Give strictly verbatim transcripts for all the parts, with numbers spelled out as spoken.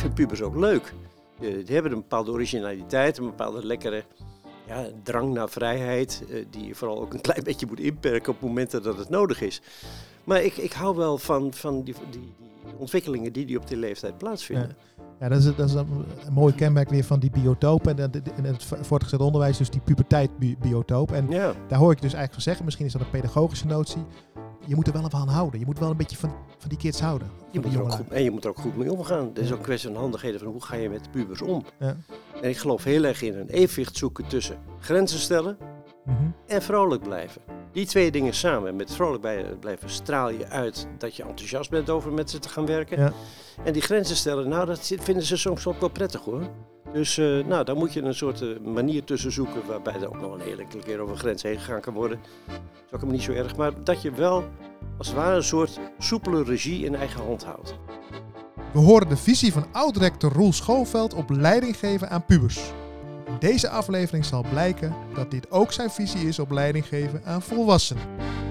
vind pubers ook leuk. Uh, die hebben een bepaalde originaliteit, een bepaalde lekkere ja, drang naar vrijheid. Uh, die je vooral ook een klein beetje moet inperken op momenten dat het nodig is. Maar ik, ik hou wel van, van die, die, die ontwikkelingen die, die op die leeftijd plaatsvinden. Ja. Ja, dat is, dat is een, een mooi kenmerk weer van die biotoop en, en, en het voortgezet onderwijs, dus die puberteitbiotoop. En ja. daar hoor ik dus eigenlijk van zeggen, misschien is dat een pedagogische notie. Je moet er wel van houden. Je moet wel een beetje van, van die kids houden. Je moet er ook goed, en je moet er ook goed mee omgaan. Het is ook een kwestie van handigheden van hoe ga je met pubers om. Ja. En ik geloof heel erg in een evenwicht zoeken tussen grenzen stellen mm-hmm. en vrolijk blijven. Die twee dingen samen. Met vrolijk blijven straal je uit dat je enthousiast bent over met ze te gaan werken. Ja. En die grenzen stellen, nou dat vinden ze soms ook wel prettig hoor. Dus uh, nou, daar moet je een soort uh, manier tussen zoeken waarbij er ook nog een hele keer over grens heen gegaan kan worden. Dat is ook helemaal niet zo erg. Maar dat je wel als het ware een soort soepele regie in eigen hand houdt. We horen de visie van oud-rector Roel Schoonveld op leiding geven aan pubers. In deze aflevering zal blijken dat dit ook zijn visie is op leiding geven aan volwassenen.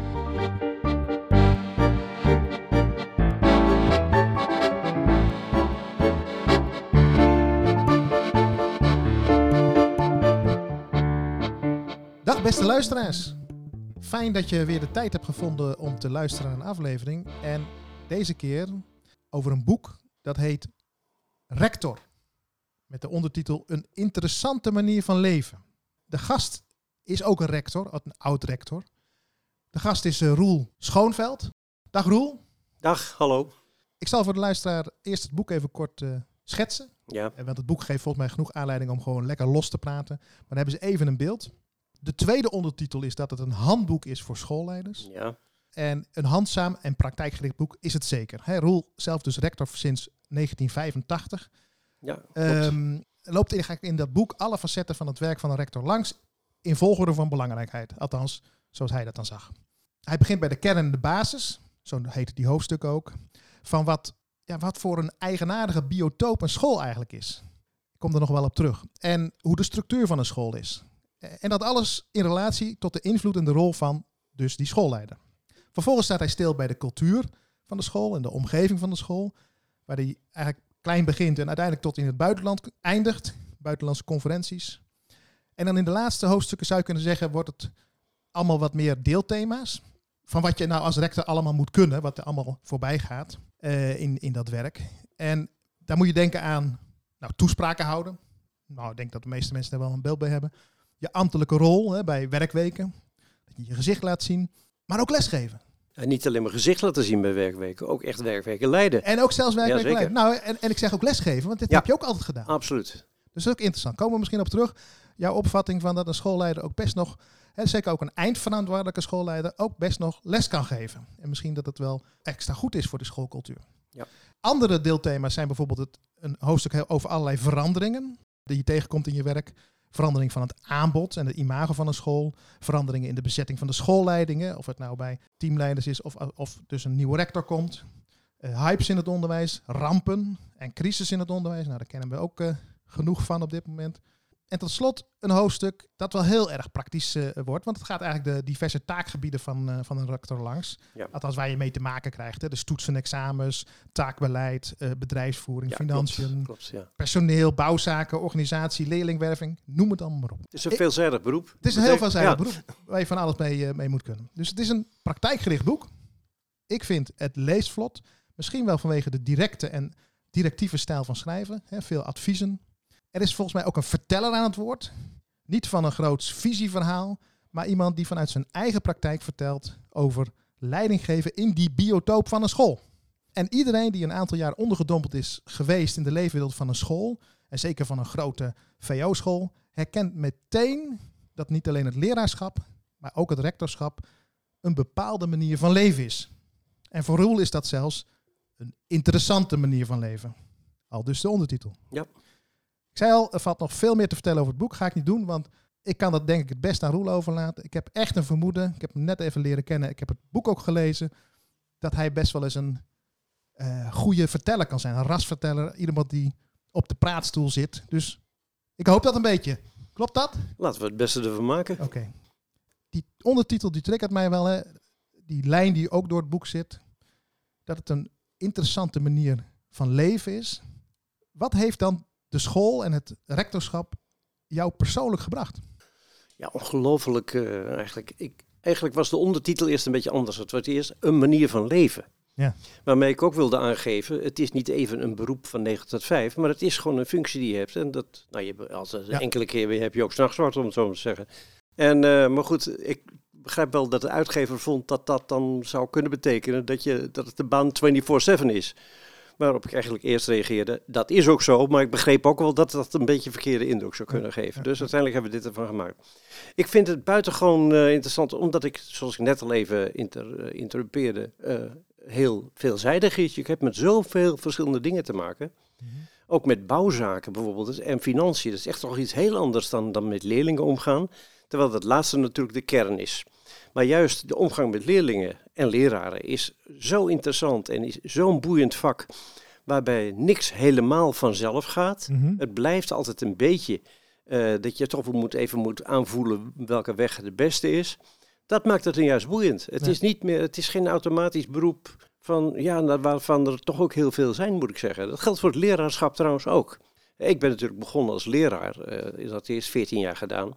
Dag beste luisteraars. Fijn dat je weer de tijd hebt gevonden om te luisteren naar een aflevering. En deze keer over een boek dat heet Rector. Met de ondertitel Een interessante manier van leven. De gast is ook een rector, een oud-rector. De gast is uh, Roel Schoonveld. Dag Roel. Dag, hallo. Ik zal voor de luisteraar eerst het boek even kort uh, schetsen. Ja. Want het boek geeft volgens mij genoeg aanleiding om gewoon lekker los te praten. Maar dan hebben ze even een beeld. De tweede ondertitel is dat het een handboek is voor schoolleiders. Ja. En een handzaam en praktijkgericht boek is het zeker. He, Roel, zelf dus rector sinds negentien vijfentachtig. Ja, um, loopt in, in dat boek alle facetten van het werk van een rector langs in volgorde van belangrijkheid. Althans, zoals hij dat dan zag. Hij begint bij de kern en de basis, zo heet die hoofdstuk ook, van wat, ja, wat voor een eigenaardige biotoop een school eigenlijk is. Ik kom er nog wel op terug. En hoe de structuur van een school is. En dat alles in relatie tot de invloed en de rol van dus die schoolleider. Vervolgens staat hij stil bij de cultuur van de school en de omgeving van de school, waar hij eigenlijk klein begint en uiteindelijk tot in het buitenland eindigt. Buitenlandse conferenties. En dan in de laatste hoofdstukken zou je kunnen zeggen, wordt het allemaal wat meer deelthema's. Van wat je nou als rector allemaal moet kunnen, wat er allemaal voorbij gaat uh, in, in dat werk. En daar moet je denken aan nou, toespraken houden. Nou, ik denk dat de meeste mensen daar wel een beeld bij hebben. Je ambtelijke rol hè, bij werkweken. Dat je je gezicht laat zien. Maar ook lesgeven. En niet alleen maar gezicht laten zien bij werkweken, ook echt werkweken leiden. En ook zelfs werkweken ja, leiden. Nou, en, en ik zeg ook lesgeven, want dit ja. heb je ook altijd gedaan. Absoluut. Dus dat is ook interessant. Komen we misschien op terug. Jouw opvatting van dat een schoolleider ook best nog, hè, zeker ook een eindverantwoordelijke schoolleider, ook best nog les kan geven. En misschien dat het wel extra goed is voor de schoolcultuur. Ja. Andere deelthema's zijn bijvoorbeeld het, een hoofdstuk over allerlei veranderingen die je tegenkomt in je werk. Verandering van het aanbod en het imago van een school. Veranderingen in de bezetting van de schoolleidingen. Of het nou bij teamleiders is of, of dus een nieuwe rector komt. Uh, hypes in het onderwijs. Rampen en crisis in het onderwijs. Nou, daar kennen we ook uh, genoeg van op dit moment. En tot slot een hoofdstuk dat wel heel erg praktisch uh, wordt. Want het gaat eigenlijk de diverse taakgebieden van, uh, van een rector langs. Ja. Althans waar je mee te maken krijgt. Hè. Dus toetsen, examens, taakbeleid, uh, bedrijfsvoering, ja, financiën, klopt, klopt, ja. personeel, bouwzaken, organisatie, leerlingwerving. Noem het allemaal maar op. Het is een veelzijdig beroep. Het is een heel veelzijdig ja. beroep waar je van alles mee, uh, mee moet kunnen. Dus het is een praktijkgericht boek. Ik vind het leest vlot. Misschien wel vanwege de directe en directieve stijl van schrijven. Hè. Veel adviezen. Er is volgens mij ook een verteller aan het woord. Niet van een groot visieverhaal, maar iemand die vanuit zijn eigen praktijk vertelt over leiding geven in die biotoop van een school. En iedereen die een aantal jaar ondergedompeld is geweest in de leefwereld van een school, en zeker van een grote V O-school, herkent meteen dat niet alleen het leraarschap, maar ook het rectorschap een bepaalde manier van leven is. En voor Roel is dat zelfs een interessante manier van leven. Al dus de ondertitel. Ja. Ik zei al, er valt nog veel meer te vertellen over het boek. Ga ik niet doen, want ik kan dat denk ik het best aan Roel overlaten. Ik heb echt een vermoeden, ik heb hem net even leren kennen, ik heb het boek ook gelezen, dat hij best wel eens een uh, goede verteller kan zijn. Een rasverteller, iemand die op de praatstoel zit. Dus ik hoop dat een beetje. Klopt dat? Laten we het beste ervan maken. Oké. Okay. Die ondertitel die triggert mij wel, hè. Die lijn die ook door het boek zit. Dat het een interessante manier van leven is. Wat heeft dan de school en het rectorschap jou persoonlijk gebracht? Ja, ongelooflijk uh, eigenlijk. Ik, eigenlijk was de ondertitel eerst een beetje anders. Het was eerst een manier van leven. Ja. Waarmee ik ook wilde aangeven, het is niet even een beroep van negen tot vijf, maar het is gewoon een functie die je hebt. En dat, nou, je, als ja. enkele keer heb je ook 's nachts wat, om het zo maar te zeggen. En, uh, maar goed, ik begrijp wel dat de uitgever vond dat dat dan zou kunnen betekenen dat, je, dat het de baan vierentwintig zeven is. Waarop ik eigenlijk eerst reageerde, dat is ook zo, maar ik begreep ook wel dat dat een beetje verkeerde indruk zou kunnen geven. Dus uiteindelijk hebben we dit ervan gemaakt. Ik vind het buitengewoon uh, interessant, omdat ik, zoals ik net al even inter, uh, interrumpeerde, uh, heel veelzijdig is. Je hebt met zoveel verschillende dingen te maken. Mm-hmm. Ook met bouwzaken bijvoorbeeld en financiën. Dat is echt toch iets heel anders dan, dan met leerlingen omgaan. Terwijl dat laatste natuurlijk de kern is. Maar juist de omgang met leerlingen en leraren is zo interessant en is zo'n boeiend vak, waarbij niks helemaal vanzelf gaat. Mm-hmm. Het blijft altijd een beetje uh, dat je toch moet even moet aanvoelen welke weg de beste is. Dat maakt het dan juist boeiend. Het, ja. is niet meer, het is geen automatisch beroep van, ja, waarvan er toch ook heel veel zijn, moet ik zeggen. Dat geldt voor het leraarschap trouwens ook. Ik ben natuurlijk begonnen als leraar. Uh, dat eerst veertien jaar gedaan.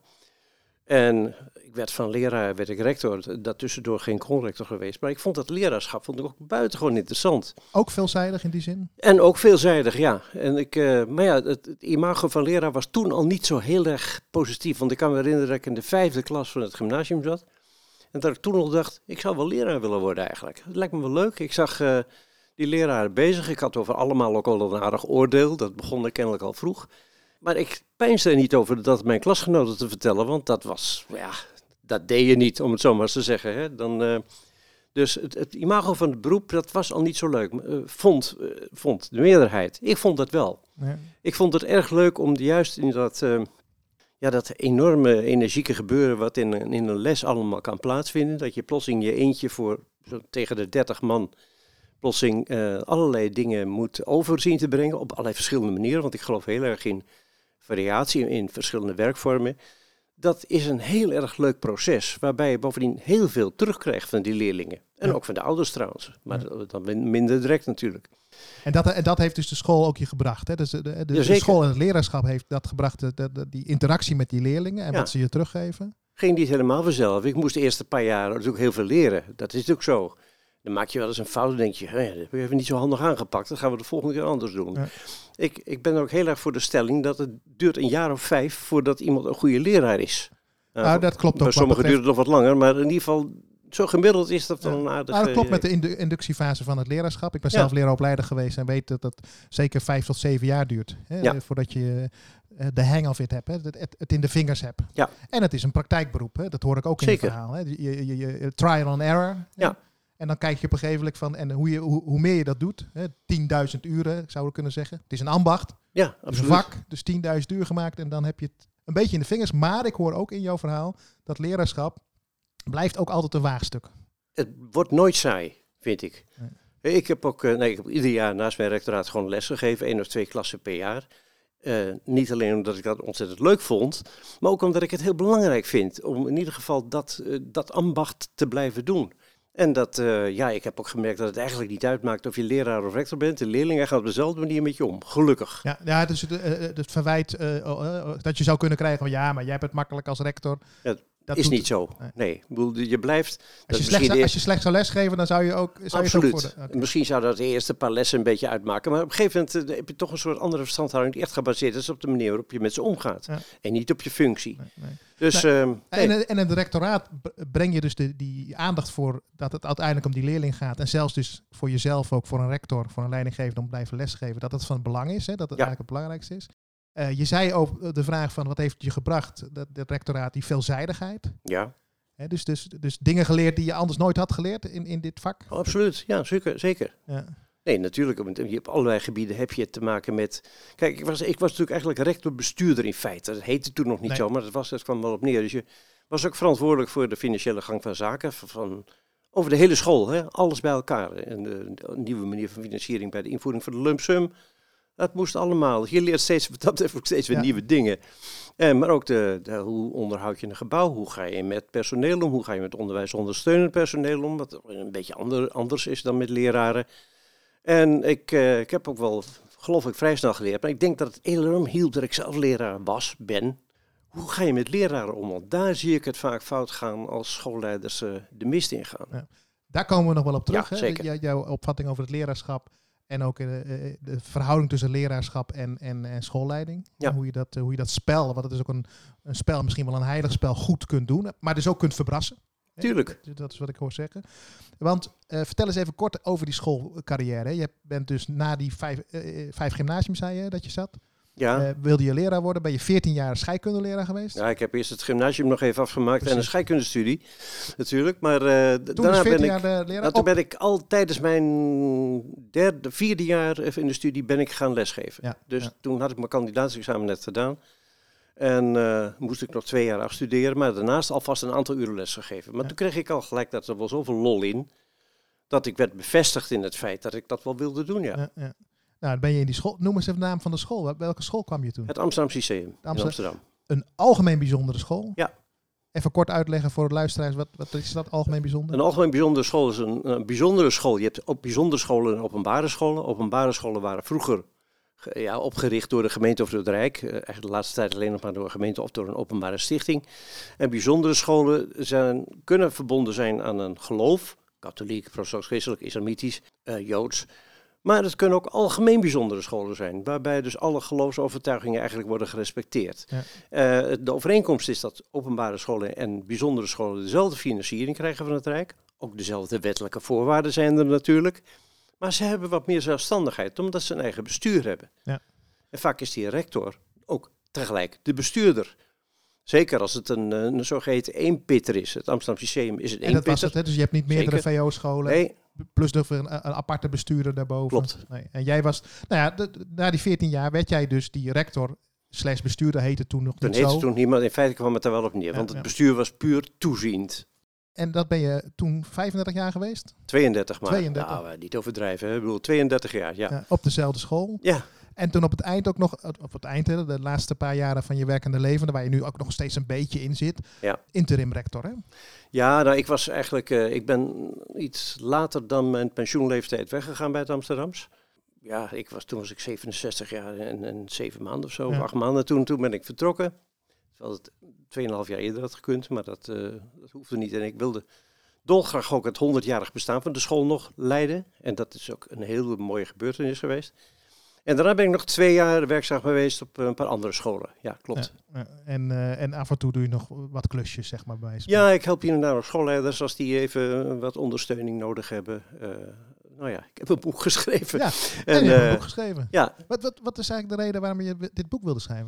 En ik werd van leraar, werd ik rector. Daartussendoor geen conrector geweest. Maar ik vond dat leraarschap vond ik ook buitengewoon interessant. Ook veelzijdig in die zin? En ook veelzijdig, ja. En ik, uh, maar ja, het, het imago van leraar was toen al niet zo heel erg positief. Want ik kan me herinneren dat ik in de vijfde klas van het gymnasium zat. En dat ik toen al dacht, ik zou wel leraar willen worden eigenlijk. Het lijkt me wel leuk. Ik zag uh, die leraren bezig. Ik had over allemaal ook al een aardig oordeel. Dat begon ik kennelijk al vroeg. Maar ik peinsde er niet over dat mijn klasgenoten te vertellen. Want dat was, ja, dat deed je niet, om het zo maar eens te zeggen. Hè. Dan, uh, dus het, het imago van het beroep, dat was al niet zo leuk. Uh, vond, uh, vond de meerderheid. Ik vond dat wel. Ja. Ik vond het erg leuk om juist in dat... Uh, Ja, dat enorme energieke gebeuren wat in een, in een les allemaal kan plaatsvinden. Dat je plotseling je eentje voor zo tegen de dertig man plotseling uh, allerlei dingen moet overzien te brengen. Op allerlei verschillende manieren. Want ik geloof heel erg in variatie, in verschillende werkvormen. Dat is een heel erg leuk proces. Waarbij je bovendien heel veel terugkrijgt van die leerlingen. En ja. ook van de ouders trouwens. Maar ja. dan minder direct natuurlijk. En dat, en dat heeft dus de school ook je gebracht. Hè? Dus de, de, de, de school en het leraarschap heeft dat gebracht, de, de, die interactie met die leerlingen en ja. wat ze je teruggeven. Ging niet helemaal vanzelf. Ik moest de eerste paar jaar natuurlijk heel veel leren. Dat is natuurlijk zo. Dan maak je wel eens een fout en denk je, hey, dat heb je even niet zo handig aangepakt. Dat gaan we de volgende keer anders doen. Ja. Ik, ik ben er ook heel erg voor de stelling dat het duurt een jaar of vijf voordat iemand een goede leraar is. Nou, nou dat klopt ook. Bij sommigen duurt het nog wat langer, maar in ieder geval... Zo gemiddeld is dat dan ja. een aardige... Nou, dat klopt met de indu- inductiefase van het leraarschap. Ik ben ja. zelf leraaropleider geweest en weet dat dat zeker vijf tot zeven jaar duurt. Hè, ja. Voordat je uh, de hang of it hebt, hè, het, het, het in de vingers hebt. Ja. En het is een praktijkberoep, hè, dat hoor ik ook in zeker. het verhaal. Hè. Je, je, je, trial and error. Ja. En dan kijk je op een gegeven moment van, en hoe, je, hoe, hoe meer je dat doet, hè, tienduizend uren zou ik kunnen zeggen. Het is een ambacht, ja, het is een vak, dus tienduizend uur gemaakt en dan heb je het een beetje in de vingers. Maar ik hoor ook in jouw verhaal dat leraarschap blijft ook altijd een waagstuk. Het wordt nooit saai, vind ik. Nee. Ik heb ook nee, ik heb ieder jaar naast mijn rectoraat gewoon les gegeven, één of twee klassen per jaar. Uh, niet alleen omdat ik dat ontzettend leuk vond, maar ook omdat ik het heel belangrijk vind om in ieder geval dat, uh, dat ambacht te blijven doen. En dat, uh, ja, ik heb ook gemerkt dat het eigenlijk niet uitmaakt of je leraar of rector bent. De leerlingen gaan op dezelfde manier met je om, gelukkig. Ja, ja dus het, het verwijt uh, uh, dat je zou kunnen krijgen van ja, maar jij hebt het makkelijk als rector. Ja, dat is niet zo. Nee, nee. Je blijft... Als je, slecht, als je slecht zou lesgeven, dan zou je ook... Zou Absoluut. Je het ook voor de, okay. Misschien zou dat de eerste paar lessen een beetje uitmaken. Maar op een gegeven moment uh, heb je toch een soort andere verstandhouding die echt gebaseerd is op de manier waarop je met ze omgaat. Ja. En niet op je functie. Nee, nee. Dus, nee. Uh, nee. En, en in het rectoraat breng je dus de, die aandacht voor dat het uiteindelijk om die leerling gaat. En zelfs dus voor jezelf ook, voor een rector, voor een leidinggever om blijven lesgeven. Dat het van belang is, hè, dat het ja. eigenlijk het belangrijkste is. Uh, je zei over de vraag van wat heeft je gebracht, dat, dat rectoraat, die veelzijdigheid. Ja. He, dus, dus, dus dingen geleerd die je anders nooit had geleerd in, in dit vak? Oh, absoluut, ja, zeker. zeker. Ja. Nee, natuurlijk, op allerlei gebieden heb je te maken met... Kijk, ik was, ik was natuurlijk eigenlijk rector-bestuurder in feite. Dat heette toen nog niet nee. zo, maar dat, was, dat kwam wel op neer. Dus je was ook verantwoordelijk voor de financiële gang van zaken. Van, van, over de hele school, hè? Alles bij elkaar. En de, de nieuwe manier van financiering bij de invoering van de lump sum. Dat moest allemaal. Je leert steeds, dat betreft ook steeds weer ja. nieuwe dingen. Eh, maar ook de, de, hoe onderhoud je een gebouw? Hoe ga je met personeel om? Hoe ga je met onderwijsondersteunend personeel om? Wat een beetje ander, anders is dan met leraren. En ik, uh, ik heb ook wel geloof ik vrij snel geleerd. Maar ik denk dat het enorm hielp dat ik zelf leraar was, ben. Hoe ga je met leraren om? Want daar zie ik het vaak fout gaan als schoolleiders uh, de mist ingaan. Ja. Daar komen we nog wel op terug. Ja, hè? zeker. J- jouw opvatting over het leraarschap en ook uh, de verhouding tussen leraarschap en, en, en schoolleiding. Ja. Hoe, je dat, uh, hoe je dat spel, want het is ook een, een spel, misschien wel een heilig spel, goed kunt doen. Maar dus ook kunt verbrassen. Tuurlijk. Hè? Dat is wat ik hoor zeggen. Want uh, vertel eens even kort over die schoolcarrière. Hè? Je bent dus na die vijf, uh, vijf gymnasium, zei je, dat je zat. Ja. Uh, wilde je leraar worden? Ben je veertien jaar scheikundeleraar geweest? Ja, ik heb eerst het gymnasium nog even afgemaakt. Precies. En een scheikundestudie natuurlijk. Maar uh, toen daarna ben ik, jaar de leraar? Nou, toen ben ik al tijdens mijn derde, vierde jaar in de studie ben ik gaan lesgeven. Ja, dus ja. toen had ik mijn kandidaatsexamen net gedaan. En uh, moest ik nog twee jaar afstuderen. Maar daarnaast alvast een aantal uren les gegeven. Maar ja. toen kreeg ik al gelijk dat er wel zoveel lol in. Dat ik werd bevestigd in het feit dat ik dat wel wilde doen, ja. ja, ja. Nou, ben je in die school. Noem eens even de naam van de school. Welke school kwam je toen? Het Amsterdam Lyceum in Amsterdam. Een algemeen bijzondere school? Ja. Even kort uitleggen voor de luisteraars. Wat, wat is dat algemeen bijzonder? Een algemeen bijzondere school is een, een bijzondere school. Je hebt op bijzondere scholen en openbare scholen. Openbare scholen waren vroeger ja, opgericht door de gemeente of door het Rijk. Uh, eigenlijk de laatste tijd alleen nog maar door een gemeente of door een openbare stichting. En bijzondere scholen zijn, kunnen verbonden zijn aan een geloof. Katholiek, protestants-christelijk, islamitisch, uh, joods. Maar het kunnen ook algemeen bijzondere scholen zijn, waarbij dus alle geloofsovertuigingen eigenlijk worden gerespecteerd. Ja. Uh, de overeenkomst is dat openbare scholen en bijzondere scholen dezelfde financiering krijgen van het Rijk. Ook dezelfde wettelijke voorwaarden zijn er natuurlijk. Maar ze hebben wat meer zelfstandigheid, omdat ze een eigen bestuur hebben. Ja. En vaak is die rector ook tegelijk de bestuurder. Zeker als het een, een zogeheten eenpitter is. Het Amsterdam Lyceum is een eenpitter. En dat was het, hè? Dus je hebt niet meerdere V O-scholen. Nee. Plus nog een, een aparte bestuurder daarboven. Klopt. Nee. En jij was, nou ja, de, de, na die veertien jaar werd jij dus die rector slash bestuurder, heette toen nog toen niet zo. Toen heette toen niemand, in feite kwam het er wel op neer. Ja, want het ja. bestuur was puur toeziend. En dat ben je toen vijfendertig jaar geweest? tweeëndertig maar. tweeëndertig. Nou, niet overdrijven. Hè? Ik bedoel, tweeëndertig jaar, ja. ja. Op dezelfde school? Ja. En toen op het eind ook nog, op het eind, de laatste paar jaren van je werkende leven, waar je nu ook nog steeds een beetje in zit, ja. interim rector, hè? Ja, nou, ik was eigenlijk, uh, ik ben iets later dan mijn pensioenleeftijd weggegaan bij het Amsterdams. Ja, ik was, toen was ik zevenenzestig jaar en, en zeven maanden of zo, ja. of acht maanden toen, toen ben ik vertrokken. Terwijl het tweeënhalf jaar eerder had gekund, maar dat, uh, dat hoefde niet. En ik wilde dolgraag ook het honderdjarig bestaan van de school nog leiden. En dat is ook een hele mooie gebeurtenis geweest. En daarna ben ik nog twee jaar werkzaam geweest op een paar andere scholen. Ja, klopt. Ja, en, uh, en af en toe doe je nog wat klusjes, zeg maar, bij Ja, ik help hier en daar nog schoolleiders als die even wat ondersteuning nodig hebben. Uh, nou ja, ik heb een boek geschreven. Ja, en, en je uh, hebt een boek geschreven. Ja. Wat, wat, wat is eigenlijk de reden waarom je dit boek wilde schrijven?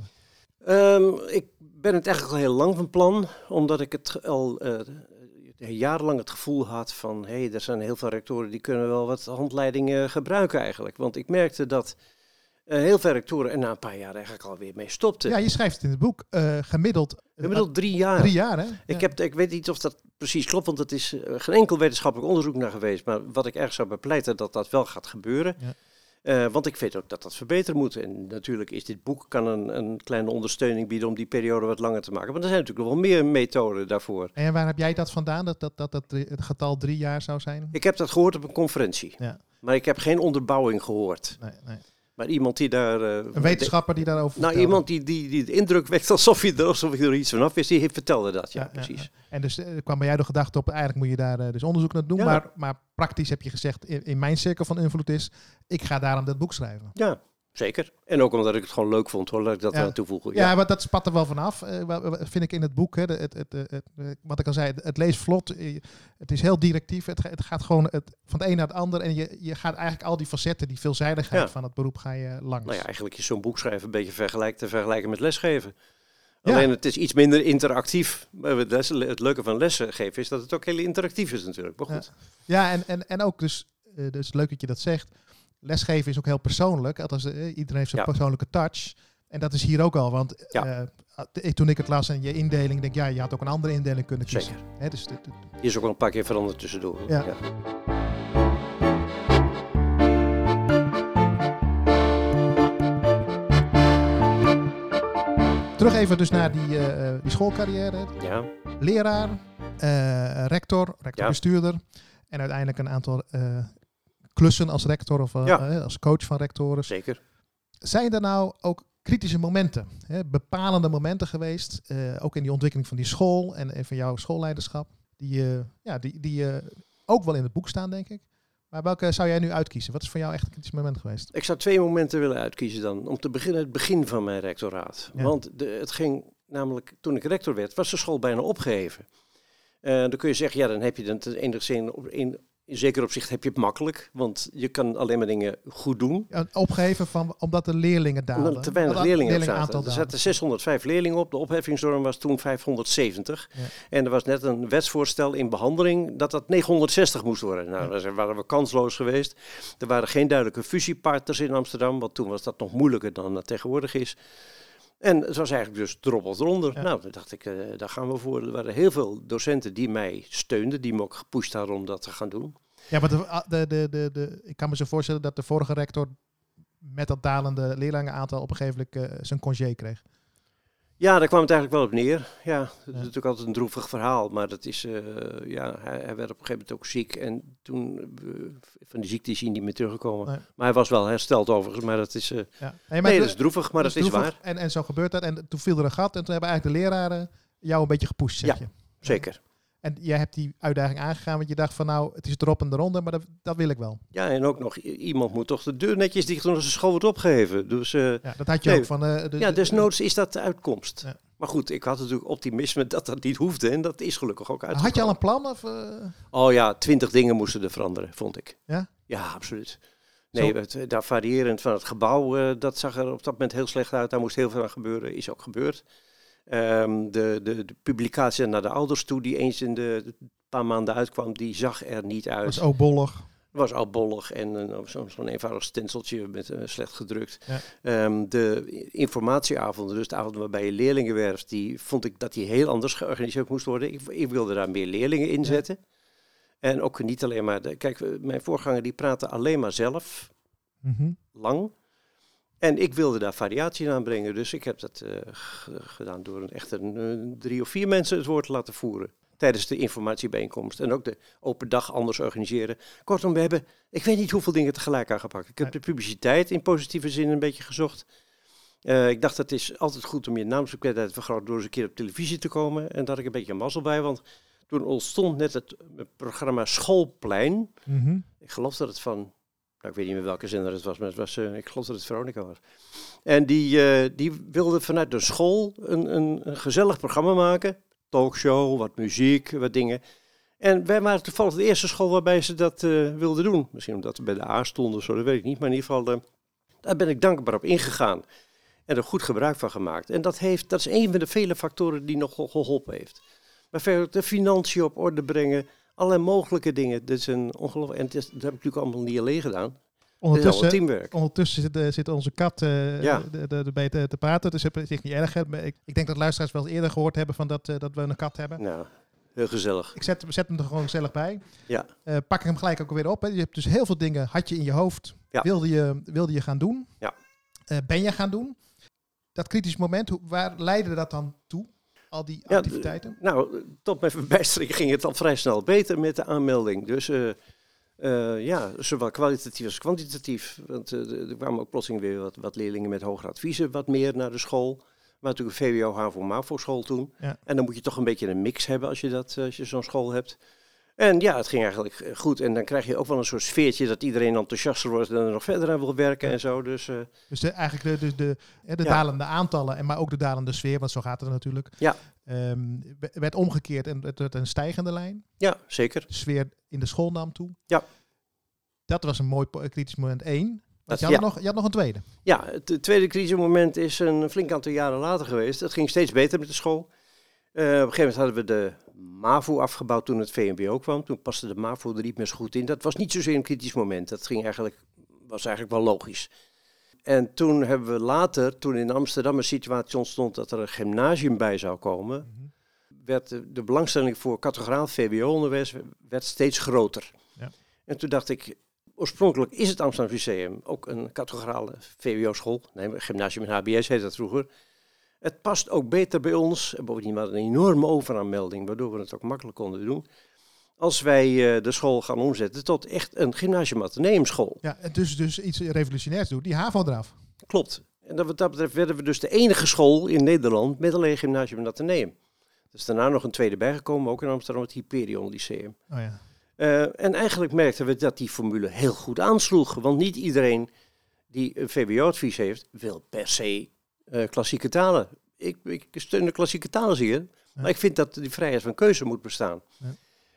Um, ik ben het eigenlijk al heel lang van plan, omdat ik het al uh, jarenlang het gevoel had van, hé, hey, er zijn heel veel rectoren die kunnen wel wat handleidingen gebruiken eigenlijk. Want ik merkte dat Uh, heel veel rectoren er na een paar jaar eigenlijk alweer mee stopten. Ja, je schrijft het in het boek uh, gemiddeld... Gemiddeld drie jaar. Drie jaar, hè? Ja. Ik, heb, ik weet niet of dat precies klopt, want het is uh, geen enkel wetenschappelijk onderzoek naar geweest. Maar wat ik erg zou bepleiten, dat dat wel gaat gebeuren. Ja. Uh, want ik weet ook dat dat verbeteren moet. En natuurlijk is dit boek kan een, een kleine ondersteuning bieden om die periode wat langer te maken. Want er zijn natuurlijk nog wel meer methoden daarvoor. En waar heb jij dat vandaan, dat, dat, dat, dat het getal drie jaar zou zijn? Ik heb dat gehoord op een conferentie. Ja. Maar ik heb geen onderbouwing gehoord. Nee, nee. Maar iemand die daar... Uh, een wetenschapper die daarover Nou, vertelde. iemand die, die, die de indruk wekt alsof je er, alsof je er iets vanaf wist, die vertelde dat, ja, ja precies. Ja, ja. En dus uh, kwam bij jou de gedachte op, eigenlijk moet je daar uh, dus onderzoek naar doen. Ja. Maar, maar praktisch heb je gezegd, in, in mijn cirkel van invloed is, ik ga daarom dat boek schrijven. Ja, zeker. En ook omdat ik het gewoon leuk vond, hoor, laat ik dat ja. aan toevoegen. Ja, ja, maar dat spat er wel vanaf, uh, vind ik in het boek. Hè, het, het, het, het, het, wat ik al zei, het, het leest vlot, het is heel directief, het, het gaat gewoon het, van het een naar het ander. En je, je gaat eigenlijk al die facetten, die veelzijdigheid ja. van het beroep ga je langs. Nou ja, eigenlijk is zo'n boek schrijven een beetje vergelijk, te vergelijken met lesgeven. Alleen ja. het is iets minder interactief. Het leuke van lesgeven is dat het ook heel interactief is natuurlijk. Maar goed. Ja, ja en, en, en ook dus, uh, dus leuk dat je dat zegt. Lesgeven is ook heel persoonlijk. Althans, uh, iedereen heeft zijn ja. persoonlijke touch. En dat is hier ook al. Want ja. uh, toen ik het las en je indeling, denk ja, je had ook een andere indeling kunnen kiezen. Zeker. Hè, dus dit, dit. Die is ook wel een paar keer veranderd tussendoor. Ja. Ja. Terug even dus naar die, uh, die schoolcarrière. Ja. Leraar, uh, rector, rectorbestuurder. Ja. En uiteindelijk een aantal uh, klussen als rector of uh, ja. uh, als coach van rectoren. Zeker. Zijn er nou ook kritische momenten, hè, bepalende momenten geweest, uh, ook in die ontwikkeling van die school en, en van jouw schoolleiderschap, die, uh, ja, die, die uh, ook wel in het boek staan, denk ik. Maar welke zou jij nu uitkiezen? Wat is voor jou echt een kritisch moment geweest? Ik zou twee momenten willen uitkiezen dan. Om te beginnen het begin van mijn rectoraat. Ja. Want de, het ging namelijk, toen ik rector werd, was de school bijna opgeheven. Uh, dan kun je zeggen, ja, dan heb je het enigszins op in, in zeker opzicht heb je het makkelijk, want je kan alleen maar dingen goed doen. Ja, opgeheven van, omdat de leerlingen daalden. Omdat er te weinig leerlingen op zaten. Er zaten zeshonderdvijf leerlingen op. De opheffingsnorm was toen vijfhonderdzeventig. Ja. En er was net een wetsvoorstel in behandeling dat dat negenhonderdzestig moest worden. Nou, ja. Daar waren we kansloos geweest. Er waren geen duidelijke fusiepartners in Amsterdam, want toen was dat nog moeilijker dan dat tegenwoordig is. En het was eigenlijk dus erop of eronder. Ja. Nou, dan dacht ik, uh, daar gaan we voor. Er waren heel veel docenten die mij steunden, die me ook gepusht hadden om dat te gaan doen. Ja, maar de, de, de, de, de, ik kan me zo voorstellen dat de vorige rector met dat dalende leerlingenaantal op een gegeven moment uh, zijn congé kreeg. Ja, daar kwam het eigenlijk wel op neer. Ja, dat ja. is natuurlijk altijd een droevig verhaal, maar dat is, uh, ja, hij, hij werd op een gegeven moment ook ziek en toen, uh, van die ziekte is hij niet meer teruggekomen. Nee. Maar hij was wel hersteld overigens, maar dat is, uh, ja. nee, maar nee, dat is droevig, maar dat, dat is, is waar. En, en zo gebeurt dat en toen viel er een gat en toen hebben eigenlijk de leraren jou een beetje gepusht, zeg ja, je. Zeker. En jij hebt die uitdaging aangegaan, want je dacht van nou, het is erop en eronder, maar dat, dat wil ik wel. Ja, en ook nog, iemand moet toch de deur netjes dicht doen als de school wordt opgeheven. Dus, uh, ja, dat had je nee, ook van... Uh, de, ja, desnoods is dat de uitkomst. Ja. Maar goed, ik had natuurlijk optimisme dat dat niet hoefde en dat is gelukkig ook uitgekomen. Had je al een plan? Of, uh... Oh ja, twintig dingen moesten er veranderen, vond ik. Ja? Ja, absoluut. Nee, het, daar variërend van het gebouw, uh, dat zag er op dat moment heel slecht uit. Daar moest heel veel aan gebeuren, is ook gebeurd. Um, de, de, de publicatie naar de ouders toe, die eens in de paar maanden uitkwam, die zag er niet uit. Was oudbollig. Was oudbollig en uh, zo'n zo eenvoudig stenciltje met uh, slecht gedrukt. Ja. Um, de informatieavonden, dus de avonden waarbij je leerlingen werft, die vond ik dat die heel anders georganiseerd moest worden. Ik, ik wilde daar meer leerlingen in zetten. Ja. En ook niet alleen maar, de, kijk, mijn voorganger die praatte alleen maar zelf, mm-hmm. lang. En ik wilde daar variatie in aanbrengen, dus ik heb dat uh, g- gedaan door een, echt een, uh, drie of vier mensen het woord te laten voeren. Tijdens de informatiebijeenkomst. En ook de open dag anders organiseren. Kortom, we hebben, ik weet niet hoeveel dingen tegelijk aangepakt. Ik heb de publiciteit in positieve zin een beetje gezocht. Uh, ik dacht, het is altijd goed om je naamsbekendheid te vergroten door eens een keer op televisie te komen. En daar had ik een beetje een mazzel bij, want toen ontstond net het programma Schoolplein. Mm-hmm. Ik geloof dat het van... Nou, ik weet niet meer welke zender het was, maar het was, uh, ik geloof dat het Veronica was. En die, uh, die wilde vanuit de school een, een, een gezellig programma maken. Talkshow, wat muziek, wat dingen. En wij waren toevallig de eerste school waarbij ze dat uh, wilden doen. Misschien omdat we bij de A stonden of zo, dat weet ik niet. Maar in ieder geval, uh, daar ben ik dankbaar op ingegaan. En er goed gebruik van gemaakt. En dat, heeft, dat is een van de vele factoren die nog geholpen heeft. Maar verder de financiën op orde brengen... Allerlei mogelijke dingen. Dit is een ongelooflijk. En het is, dat heb ik natuurlijk allemaal niet alleen gedaan. Ondertussen, teamwerk. ondertussen zit, uh, zit onze kat uh, ja. de, de, de, de, te, te praten. Dus het is niet erg. Ik, ik denk dat luisteraars wel eens eerder gehoord hebben van dat, uh, dat we een kat hebben. Nou, heel gezellig. Ik zet, zet hem er gewoon gezellig bij. Ja. Uh, pak ik hem gelijk ook weer op. Hè. Je hebt dus heel veel dingen had je in je hoofd. Ja. Wilde, je, wilde je gaan doen. Ja. Uh, ben je gaan doen. Dat kritisch moment, hoe, waar leidde dat dan toe? Al die activiteiten? Ja, nou, tot mijn verbijstering ging het al vrij snel beter met de aanmelding. Dus uh, uh, ja, zowel kwalitatief als kwantitatief. Want uh, er kwamen ook plotseling weer wat, wat leerlingen met hogere adviezen wat meer naar de school. Maar natuurlijk een V W O, HAVO, MAVO school toen. Ja. En dan moet je toch een beetje een mix hebben als je, dat, uh, als je zo'n school hebt. En ja, het ging eigenlijk goed. En dan krijg je ook wel een soort sfeertje dat iedereen enthousiaster wordt en er nog verder aan wil werken ja. en zo. Dus, uh, dus de, eigenlijk de, de, de, de ja. dalende aantallen, en maar ook de dalende sfeer, want zo gaat het natuurlijk. Ja. Um, werd omgekeerd en het werd een stijgende lijn. Ja, zeker. De sfeer in de school nam toe. Ja. Dat was een mooi kritisch moment één. Dat, je, had ja. nog, je had nog een tweede. Ja, het tweede kritische moment is een flink aantal jaren later geweest. Het ging steeds beter met de school. Uh, op een gegeven moment hadden we de MAVO afgebouwd toen het V M B O kwam. Toen paste de MAVO er niet meer zo goed in. Dat was niet zozeer een kritisch moment. Dat ging eigenlijk, was eigenlijk wel logisch. En toen hebben we later, toen in Amsterdam een situatie ontstond dat er een gymnasium bij zou komen, mm-hmm. werd de, de belangstelling voor categoraal V W O-onderwijs werd steeds groter. Ja. En toen dacht ik, oorspronkelijk is het Amsterdam Lyceum ook een categorale V W O-school. Nee, gymnasium en H B S heet dat vroeger. Het past ook beter bij ons. En bovendien hadden we een enorme overaanmelding, waardoor we het ook makkelijk konden doen. Als wij uh, de school gaan omzetten tot echt een gymnasium-atheneumschool. Ja, en dus, dus iets revolutionairs doen, die HAVO eraf. Klopt. En dat, wat dat betreft werden we dus de enige school in Nederland met alleen gymnasium en ateneum. Er is daarna nog een tweede bijgekomen, ook in Amsterdam, het Hyperion Lyceum. Oh ja. Uh, en eigenlijk merkten we dat die formule heel goed aansloeg. Want niet iedereen die een V W O-advies heeft, wil per se uh, klassieke talen. Ik, ik steun de klassieke talen zeer, ja. maar ik vind dat die vrijheid van keuze moet bestaan. Ja.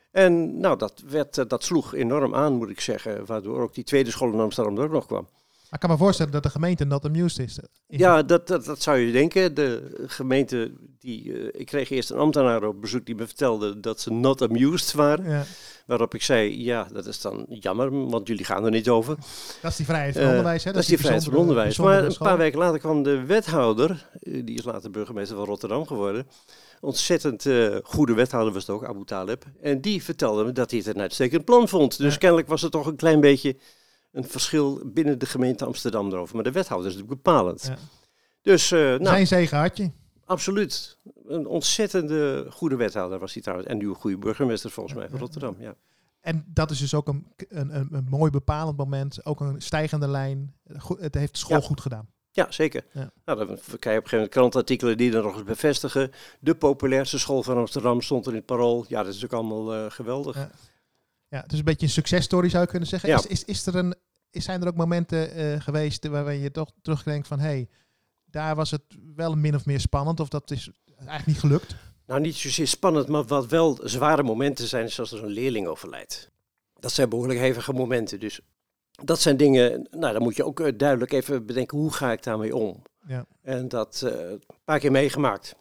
En nou, dat, werd, uh, dat sloeg enorm aan, moet ik zeggen, waardoor ook die tweede school in Amsterdam er ook nog kwam. Maar ik kan me voorstellen dat de gemeente not amused is. is ja, dat, dat, dat zou je denken. De gemeente, die, uh, ik kreeg eerst een ambtenaar op bezoek die me vertelde dat ze not amused waren. Ja. Waarop ik zei, ja, dat is dan jammer, want jullie gaan er niet over. Dat is die vrijheid van uh, onderwijs, hè? Dat, dat is die vrijheid van onderwijs. Maar een paar weken later kwam de wethouder, uh, die is later burgemeester van Rotterdam geworden. Ontzettend uh, goede wethouder was het ook, Abu Talib. En die vertelde me dat hij het een uitstekend plan vond. Dus ja. kennelijk was er toch een klein beetje een verschil binnen de gemeente Amsterdam erover. Maar de wethouder is natuurlijk bepalend. Ja. Dus, uh, nou, zijn zegen had je. Absoluut. Een ontzettende goede wethouder was hij trouwens. En nu een goede burgemeester volgens mij van Rotterdam. Ja. En dat is dus ook een, een, een, een mooi bepalend moment. Ook een stijgende lijn. Het heeft de school ja. goed gedaan. Ja, zeker. Ja. Nou, dan krijg je op een gegeven moment krantartikelen die er nog eens bevestigen. De populairste school van Amsterdam stond er in het Parool. Ja, dat is ook allemaal uh, geweldig. Ja. Ja, het is een beetje een successtory zou je kunnen zeggen. Ja. Is, is, is er een, is, zijn er ook momenten uh, geweest waarbij je toch terugdenkt van... hey, daar was het wel min of meer spannend of dat is eigenlijk niet gelukt? Nou, niet zozeer spannend, maar wat wel zware momenten zijn is als er zo'n leerling overlijdt. Dat zijn behoorlijk hevige momenten. Dus dat zijn dingen, nou dan moet je ook uh, duidelijk even bedenken hoe ga ik daarmee om. Ja. En dat uh, een paar keer meegemaakt.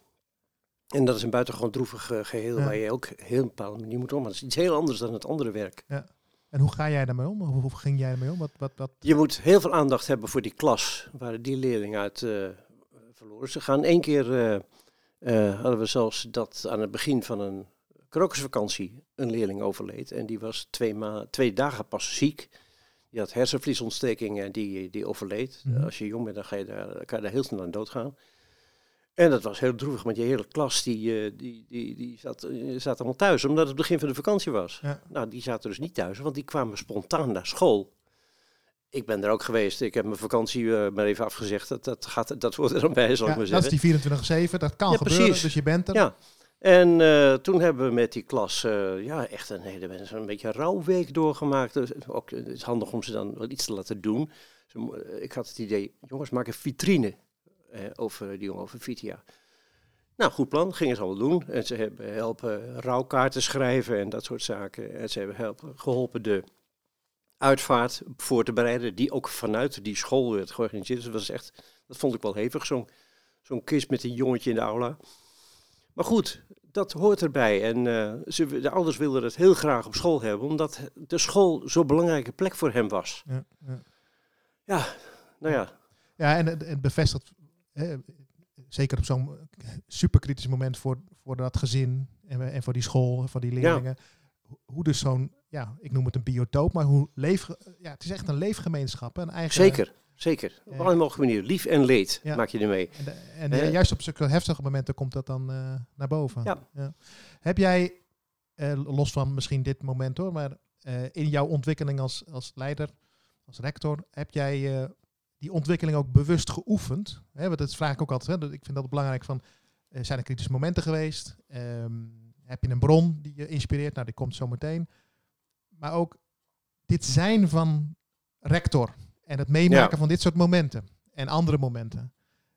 En dat is een buitengewoon droevig uh, geheel ja. waar je ook heel op een bepaalde manier moet om. Dat is iets heel anders dan het andere werk. Ja. En hoe ga jij daarmee om? Hoe, hoe ging jij daarmee om? Wat, wat, wat? Je moet heel veel aandacht hebben voor die klas waar die leerling uit uh, verloren. Ze gaan één keer, uh, uh, hadden we zelfs dat aan het begin van een krokusvakantie een leerling overleed. En die was twee, ma- twee dagen pas ziek. Die had hersenvliesontsteking en die, die overleed. Mm-hmm. Als je jong bent, dan ga je daar, kan je daar heel snel aan doodgaan. En dat was heel droevig, want die hele klas die, die, die, die zat, zat allemaal thuis, omdat het het begin van de vakantie was. Ja. Nou, die zaten dus niet thuis, want die kwamen spontaan naar school. Ik ben er ook geweest, ik heb mijn vakantie uh, maar even afgezegd, dat, dat, gaat, dat hoort er dan bij, zal ja, ik maar zeggen. Dat is die vierentwintig zeven, dat kan ja, gebeuren, precies. Dus je bent er. Ja. En uh, toen hebben we met die klas uh, ja, echt een hele een beetje een rouwweek doorgemaakt. Dus ook, het is handig om ze dan wel iets te laten doen. Dus, uh, ik had het idee, jongens, maak een vitrine. Eh, over die jongen, over Vitia. Nou, goed plan, gingen ze allemaal doen. En ze hebben helpen rouwkaarten schrijven en dat soort zaken. En ze hebben helpen, geholpen de uitvaart voor te bereiden, die ook vanuit die school werd georganiseerd. Dus dat was echt, dat vond ik wel hevig, zo'n, zo'n kist met een jongetje in de aula. Maar goed, dat hoort erbij. En uh, ze, de ouders wilden het heel graag op school hebben, omdat de school zo'n belangrijke plek voor hem was. Ja, ja. ja nou ja. Ja, en het, het bevestigt... He, zeker op zo'n superkritisch moment voor, voor dat gezin en, en voor die school, voor die leerlingen. Ja. Hoe dus zo'n, ja, ik noem het een biotoop, maar hoe leef, ja, het is echt een leefgemeenschap. Een eigen, zeker, zeker. Op alle mogelijke manieren. Lief en leed ja. maak je ermee. En, de, en uh, juist op zulke heftige momenten komt dat dan uh, naar boven. Ja. Ja. Heb jij, uh, los van misschien dit moment hoor, maar uh, in jouw ontwikkeling als, als leider, als rector, heb jij... Uh, die ontwikkeling ook bewust geoefend? Hè, want dat vraag ik ook altijd. Hè, ik vind dat belangrijk van, uh, zijn er kritische momenten geweest? Um, heb je een bron die je inspireert? Nou, die komt zo meteen. Maar ook dit zijn van rector en het meemaken ja. van dit soort momenten en andere momenten.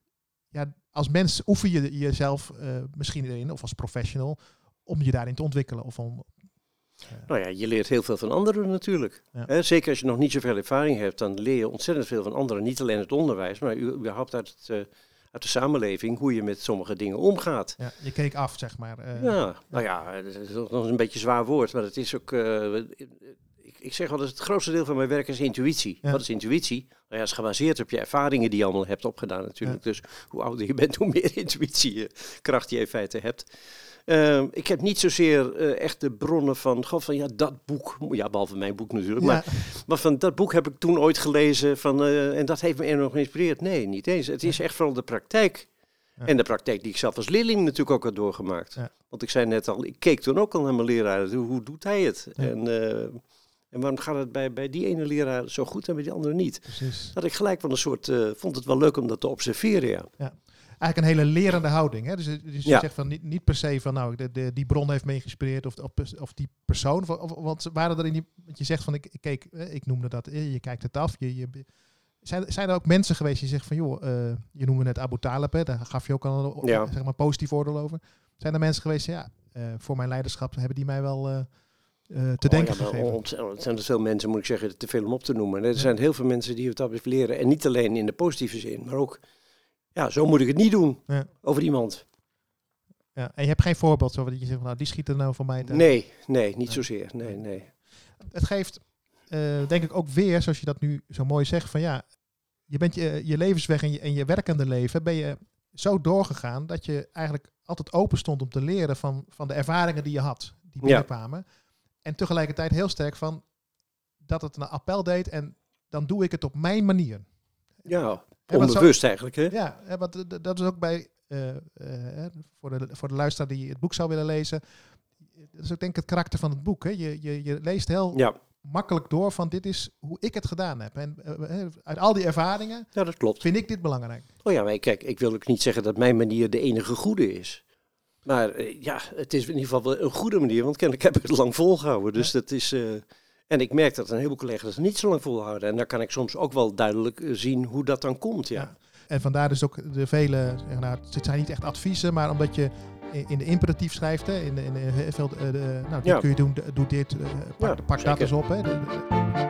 Ja, als mens oefen je jezelf uh, misschien erin, of als professional, om je daarin te ontwikkelen of om... Ja. Nou ja, je leert heel veel van anderen natuurlijk. Ja. He, zeker als je nog niet zoveel ervaring hebt, dan leer je ontzettend veel van anderen. Niet alleen het onderwijs, maar überhaupt uit, het, uh, uit de samenleving, hoe je met sommige dingen omgaat. Ja, je keek af, zeg maar. Uh, ja, ja, nou ja, dat is nog een beetje een zwaar woord, maar het is ook... Uh, ik, ik zeg wel, dat het grootste deel van mijn werk is intuïtie. Ja. Wat is intuïtie? Nou ja, is gebaseerd op je ervaringen die je allemaal hebt opgedaan natuurlijk. Ja. Dus hoe ouder je bent, hoe meer intuïtiekracht je in feite hebt. Uh, ik heb niet zozeer uh, echt de bronnen van, goh, van ja, dat boek, ja, behalve mijn boek natuurlijk, ja. maar, maar van dat boek heb ik toen ooit gelezen van, uh, en dat heeft me enorm geïnspireerd. Nee, niet eens. Het is echt vooral de praktijk. Ja. En de praktijk die ik zelf als leerling natuurlijk ook had doorgemaakt. Ja. Want ik zei net al, ik keek toen ook al naar mijn leraar, hoe, hoe doet hij het? Ja. En, uh, En waarom gaat het bij, bij die ene leraar zo goed en bij die andere niet? Precies. Dat ik gelijk wel een soort, uh, vond het wel leuk om dat te observeren, ja. Ja. Eigenlijk een hele lerende houding. Hè? Dus, dus je Ja. zegt van niet, niet per se van nou, de, de, die bron heeft me geïnspireerd of, of, of die persoon. Of, of, want waren er in die, want je zegt van ik, ik keek, ik noemde dat, je kijkt het af. Je, je, zijn, zijn er ook mensen geweest die zeggen van joh, uh, je noemde net Abu Talib, hè? Daar gaf je ook al een Ja. zeg maar, positief oordeel over. Zijn er mensen geweest, ja, uh, voor mijn leiderschap hebben die mij wel uh, uh, te oh, denken ja, gegeven. Ont, het zijn er veel mensen, moet ik zeggen, te veel om op te noemen. Er ja. zijn heel veel mensen die het dat leren. En niet alleen in de positieve zin, maar ook, ja, zo moet ik het niet doen ja. over iemand. Ja, en je hebt geen voorbeeld zo dat je zegt, nou, die schiet er nou voor mij. Te... Nee, nee, niet nee. zozeer. Nee, nee. Het geeft, uh, denk ik ook weer, zoals je dat nu zo mooi zegt, van ja, je bent je, je levensweg en je, en je werkende leven, ben je zo doorgegaan dat je eigenlijk altijd open stond om te leren van, van de ervaringen die je had, die binnenkwamen. Ja. En tegelijkertijd heel sterk van dat het een appel deed en dan doe ik het op mijn manier. Ja, onbewust zo, eigenlijk. Hè? Ja, want dat is ook bij, uh, uh, voor, de, voor de luisteraar die het boek zou willen lezen, dat is ook denk ik het karakter van het boek. Hè? Je, je, je leest heel ja. makkelijk door van dit is hoe ik het gedaan heb. En uh, uit al die ervaringen ja, dat klopt. vind ik dit belangrijk. Oh ja, maar kijk, ik wil ook niet zeggen dat mijn manier de enige goede is. Maar uh, ja, het is in ieder geval wel een goede manier, want kennelijk heb ik het lang volgehouden. Dus ja. dat is... Uh, en ik merk dat een heleboel collega's het niet zo lang volhouden. En daar kan ik soms ook wel duidelijk uh, zien hoe dat dan komt, ja. ja. En vandaar dus ook de vele, nou, het zijn niet echt adviezen, maar omdat je in de imperatief schrijft, hè, in, in, in veel, uh, de, nou, dit ja. kun je doen, doe dit, uh, pak, ja, pak dat eens op. Hè. De, de.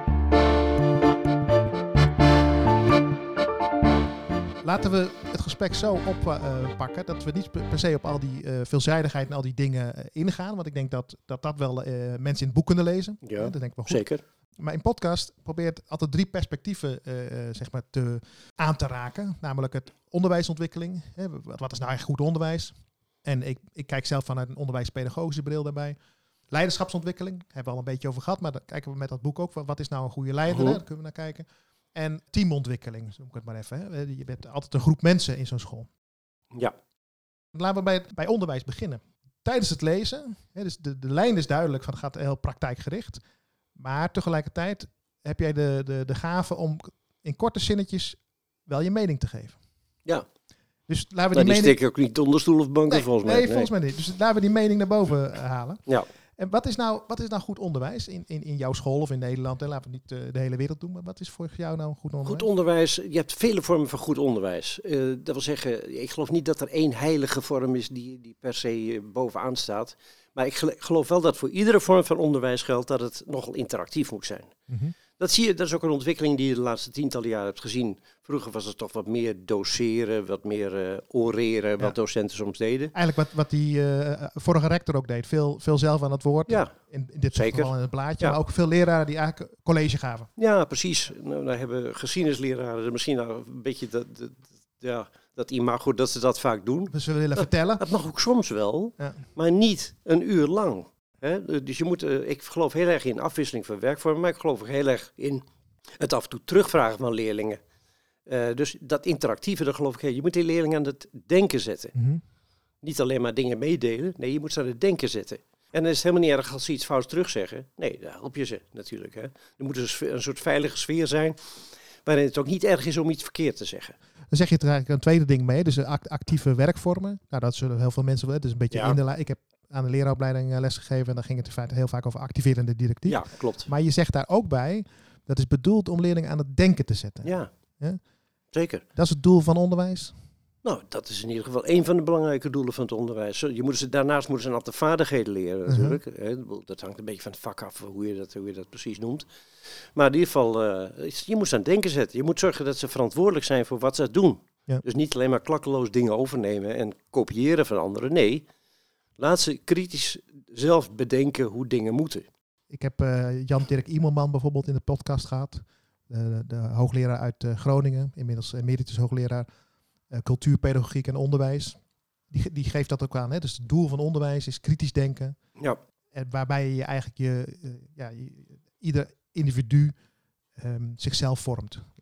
Laten we het gesprek zo oppakken uh, dat we niet per se op al die uh, veelzijdigheid en al die dingen uh, ingaan. Want ik denk dat dat, dat wel uh, mensen in het boek kunnen lezen. Ja, dat denk ik wel goed. Zeker. Maar in podcast probeert altijd drie perspectieven uh, zeg maar te, aan te raken. Namelijk het onderwijsontwikkeling. Hè, wat is nou echt goed onderwijs? En ik, ik kijk zelf vanuit een onderwijspedagogische bril daarbij. Leiderschapsontwikkeling, daar hebben we al een beetje over gehad. Maar dan kijken we met dat boek ook. Wat is nou een goede leider? Uh-huh. Hè? Daar kunnen we naar kijken. En teamontwikkeling, zo noem ik het maar even. Hè. Je bent altijd een groep mensen in zo'n school. Ja. Laten we bij, bij onderwijs beginnen. Tijdens het lezen, hè, dus de, de lijn is duidelijk, van het gaat heel praktijkgericht. Maar tegelijkertijd heb jij de, de, de gave om in korte zinnetjes wel je mening te geven. Ja. Dus laten we die, die die mening... steek ook niet onder stoel of banken nee, volgens mij. Nee, volgens mij niet. Dus laten we die mening naar boven halen. Ja. En wat is nou, wat is nou goed onderwijs in, in, in jouw school of in Nederland? En laten we niet uh, de hele wereld doen, maar wat is voor jou nou goed onderwijs? Goed onderwijs, je hebt vele vormen van goed onderwijs. Uh, dat wil zeggen, ik geloof niet dat er één heilige vorm is die, die per se uh, bovenaan staat. Maar ik geloof wel dat voor iedere vorm van onderwijs geldt dat het nogal interactief moet zijn. Mm-hmm. Dat zie je, dat is ook een ontwikkeling die je de laatste tientallen jaren hebt gezien. Vroeger was het toch wat meer doseren, wat meer uh, oreren, ja. wat docenten soms deden. Eigenlijk wat, wat die uh, vorige rector ook deed. Veel, veel zelf aan het woord. Ja, in, in dit zeker. geval in het blaadje. Ja. Maar ook veel leraren die eigenlijk college gaven. Ja, precies. Nou, daar hebben geschiedenisleraren misschien nou een beetje dat, dat, ja, dat imago dat ze dat vaak doen. Dus we willen dat, vertellen. Dat mag ook soms wel, ja. maar niet een uur lang. Hè? Dus je moet, uh, ik geloof heel erg in afwisseling van werkvormen, maar ik geloof ook heel erg in het af en toe terugvragen van leerlingen. Uh, dus dat interactieve, daar geloof ik, hey, je moet die leerlingen aan het denken zetten. Mm-hmm. Niet alleen maar dingen meedelen, nee, je moet ze aan het denken zetten. En dan is het helemaal niet erg als ze iets fouts terugzeggen. Nee, daar help je ze natuurlijk. Hè. Er moet een, sfeer, een soort veilige sfeer zijn, waarin het ook niet erg is om iets verkeerd te zeggen. Dan zeg je er eigenlijk een tweede ding mee, dus act- actieve werkvormen. Nou, dat zullen heel veel mensen willen. Het is een beetje ja. in de la- Ik heb aan de leraaropleiding lesgegeven en dan ging het in feite heel vaak over activerende didactiek. Ja, klopt. Maar je zegt daar ook bij, dat is bedoeld om leerlingen aan het denken te zetten. Ja, ja? Zeker. Dat is het doel van onderwijs? Nou, dat is in ieder geval een van de belangrijke doelen van het onderwijs. Je moet ze, daarnaast moeten ze een aantal vaardigheden leren natuurlijk. Uh-huh. Dat hangt een beetje van het vak af hoe je dat, hoe je dat precies noemt. Maar in ieder geval, uh, je moet ze aan het denken zetten. Je moet zorgen dat ze verantwoordelijk zijn voor wat ze doen. Ja. Dus niet alleen maar klakkeloos dingen overnemen en kopiëren van anderen. Nee, laat ze kritisch zelf bedenken hoe dingen moeten. Ik heb uh, Jan-Dirk Iemelman bijvoorbeeld in de podcast gehad. Uh, de hoogleraar uit uh, Groningen, inmiddels emeritus hoogleraar uh, cultuurpedagogiek en onderwijs. Die, die geeft dat ook aan. Hè? Dus het doel van onderwijs is kritisch denken. Ja. En waarbij je eigenlijk je, uh, ja, je, ieder individu um, zichzelf vormt.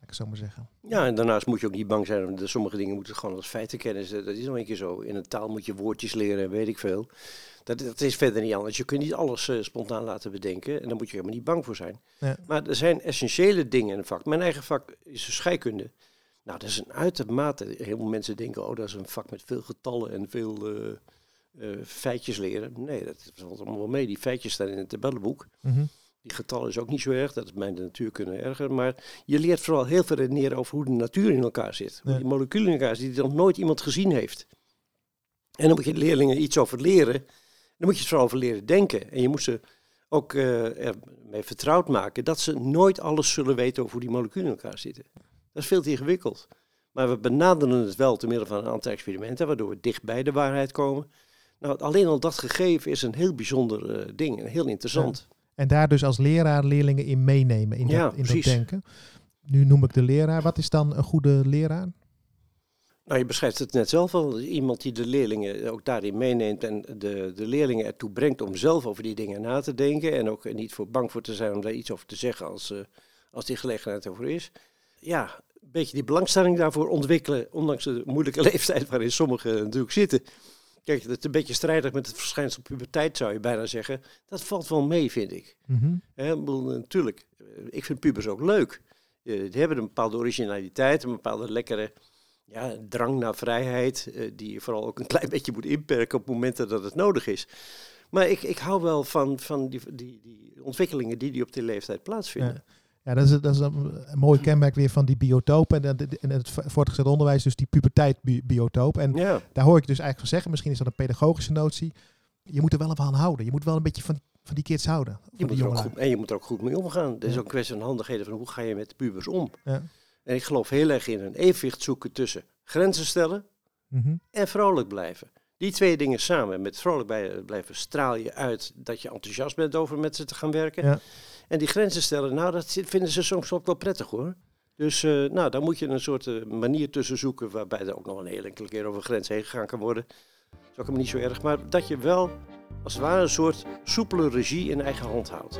laat ik het zo maar zeggen. Ja, en daarnaast moet je ook niet bang zijn. Want sommige dingen moeten gewoon als feiten kennen. Dat is nog een keer zo. In een taal moet je woordjes leren en weet ik veel. Dat, dat is verder niet anders. Je kunt niet alles uh, spontaan laten bedenken. En daar moet je helemaal niet bang voor zijn. Ja. Maar er zijn essentiële dingen in een vak. Mijn eigen vak is de scheikunde. Nou, dat is een uitermate. Heel veel mensen denken, oh, dat is een vak met veel getallen en veel uh, uh, feitjes leren. Nee, dat valt allemaal wel mee. Die feitjes staan in het tabellenboek. Mm-hmm. Die getallen is ook niet zo erg. Dat is bij de natuurkunde erger. Maar je leert vooral heel veel redeneren over hoe de natuur in elkaar zit. Ja. Hoe die moleculen in elkaar zitten die nog nooit iemand gezien heeft. En dan moet je de leerlingen iets over leren. Dan moet je het vooral over leren denken. En je moet ze ook uh, ermee vertrouwd maken dat ze nooit alles zullen weten over hoe die moleculen in elkaar zitten. Dat is veel te ingewikkeld. Maar we benaderen het wel door middel van een aantal experimenten, waardoor we dicht bij de waarheid komen. Nou, alleen al dat gegeven is een heel bijzonder uh, ding en heel interessant. Ja. En daar dus als leraar leerlingen in meenemen, in, ja, dat, in dat denken. Nu noem ik de leraar. Wat is dan een goede leraar? Nou, je beschrijft het net zelf al. Iemand die de leerlingen ook daarin meeneemt en de, de leerlingen ertoe brengt om zelf over die dingen na te denken. En ook niet voor bang voor te zijn om daar iets over te zeggen als, uh, als die gelegenheid over is. Ja, een beetje die belangstelling daarvoor ontwikkelen, ondanks de moeilijke leeftijd waarin sommigen natuurlijk zitten. Kijk, het is een beetje strijdig met het verschijnsel puberteit, zou je bijna zeggen. Dat valt wel mee, vind ik. Mm-hmm. He, natuurlijk, ik vind pubers ook leuk. Uh, die hebben een bepaalde originaliteit, een bepaalde lekkere ja, drang naar vrijheid, uh, die je vooral ook een klein beetje moet inperken op momenten dat het nodig is. Maar ik, ik hou wel van, van die, die, die ontwikkelingen die, die op die leeftijd plaatsvinden. Ja. Ja, dat is, dat is een, een mooi kenmerk weer van die biotoop en, en het voortgezet onderwijs, dus die puberteit-biotoop. En ja. Daar hoor ik dus eigenlijk van zeggen, misschien is dat een pedagogische notie, je moet er wel van houden. Je moet wel een beetje van, van die kids houden. Je moet er ook goed, en je moet er ook goed mee omgaan. Dat is ja. ook een kwestie van handigheden van hoe ga je met de pubers om. Ja. En ik geloof heel erg in een evenwicht zoeken tussen grenzen stellen mm-hmm. en vrolijk blijven. Die twee dingen samen, met vrolijk blijven straal je uit dat je enthousiast bent over met ze te gaan werken. Ja. En die grenzen stellen, nou, dat vinden ze soms ook wel prettig, hoor. Dus, uh, nou, daar moet je een soort uh, manier tussen zoeken waarbij er ook nog een hele enkele keer over een grens heen gegaan kan worden. Dat is ook helemaal niet zo erg, maar dat je wel, als het ware, een soort soepele regie in eigen hand houdt.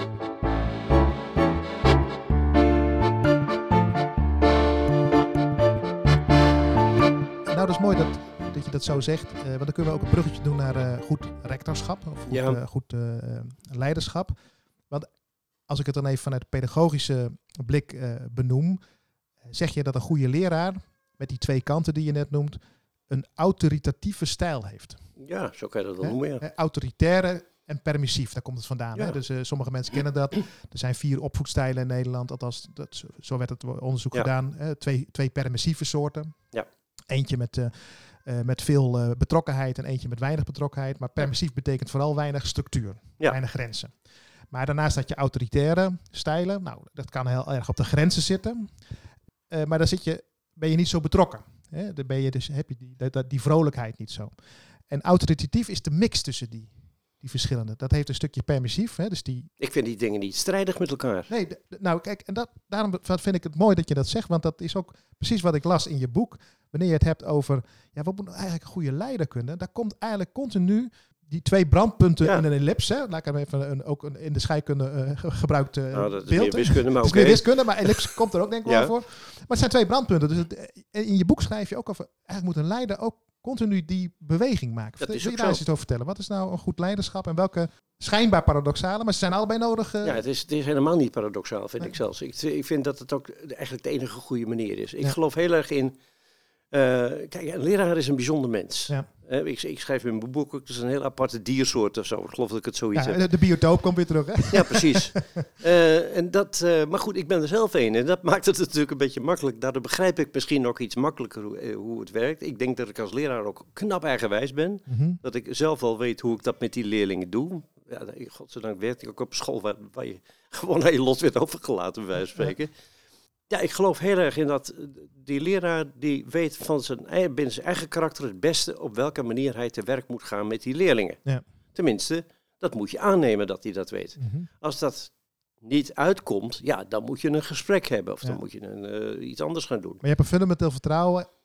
Nou, dat is mooi dat, dat je dat zo zegt, uh, want dan kunnen we ook een bruggetje doen naar uh, goed rectorschap, of goed, ja. uh, goed uh, leiderschap. Want als ik het dan even vanuit de pedagogische blik uh, benoem, zeg je dat een goede leraar, met die twee kanten die je net noemt, een autoritatieve stijl heeft. Ja, zo kan je dat wel noemen, ja. Autoritaire en permissief, daar komt het vandaan. Ja. Hè? Dus uh, sommige mensen kennen dat. Er zijn vier opvoedstijlen in Nederland, althans, dat, zo werd het onderzoek ja. gedaan. Hè? Twee, twee permissieve soorten. Ja. Eentje met, uh, uh, met veel uh, betrokkenheid en eentje met weinig betrokkenheid. Maar permissief betekent vooral weinig structuur, ja. weinig grenzen. Maar daarnaast had je autoritaire stijlen. Nou, dat kan heel erg op de grenzen zitten. Uh, maar dan zit je, ben je niet zo betrokken. Hè? Dan ben je dus, heb je die, die, die vrolijkheid niet zo. En autoritatief is de mix tussen die, die verschillende. Dat heeft een stukje permissief. Hè? Dus die... Ik vind die dingen niet strijdig met elkaar. Nee, d- d- nou kijk, en dat, daarom vind ik het mooi dat je dat zegt. Want dat is ook precies wat ik las in je boek. Wanneer je het hebt over, ja, wat moet nou eigenlijk een goede leider kunnen? Daar komt eigenlijk continu die twee brandpunten ja. in een ellips. Hè? Laat ik hem even een, ook een in de scheikunde uh, gebruikt uh, nou, dat is beeld. Meer wiskunde, maar oké. Okay. meer wiskunde, maar ellips komt er ook denk ik ja. wel voor. Maar het zijn twee brandpunten. Dus het, in je boek schrijf je ook over, eigenlijk moet een leider ook continu die beweging maken. Wil je daar eens iets over vertellen? Wat is nou een goed leiderschap en welke schijnbaar paradoxale, maar ze zijn allebei nodig? Uh... Ja, het is, het is helemaal niet paradoxaal, vind nee. ik zelfs. Ik, ik vind dat het ook eigenlijk de enige goede manier is. Ik ja. geloof heel erg in... Uh, kijk, een leraar is een bijzonder mens. Ja. Uh, ik, ik schrijf in mijn boek ook, het is een heel aparte diersoort of zo. Ik geloof dat ik het zoiets ja, heb. De, de biotoop komt weer terug, hè? Ja, precies. uh, en dat, uh, maar goed, ik ben er zelf een. En dat maakt het natuurlijk een beetje makkelijk. Daardoor begrijp ik misschien ook iets makkelijker hoe, uh, hoe het werkt. Ik denk dat ik als leraar ook knap eigenwijs ben. Mm-hmm. Dat ik zelf wel weet hoe ik dat met die leerlingen doe. Ja, godzijdank werkte ik ook op school waar, waar je gewoon naar je lot werd overgelaten, bij wijze van spreken. Ja. Ja, ik geloof heel erg in dat die leraar die weet van zijn, binnen zijn eigen karakter het beste op welke manier hij te werk moet gaan met die leerlingen. Ja. Tenminste, dat moet je aannemen dat hij dat weet. Mm-hmm. Als dat niet uitkomt, ja, dan moet je een gesprek hebben of ja. dan moet je een, uh, iets anders gaan doen. Maar je hebt een fundamenteel vertrouwen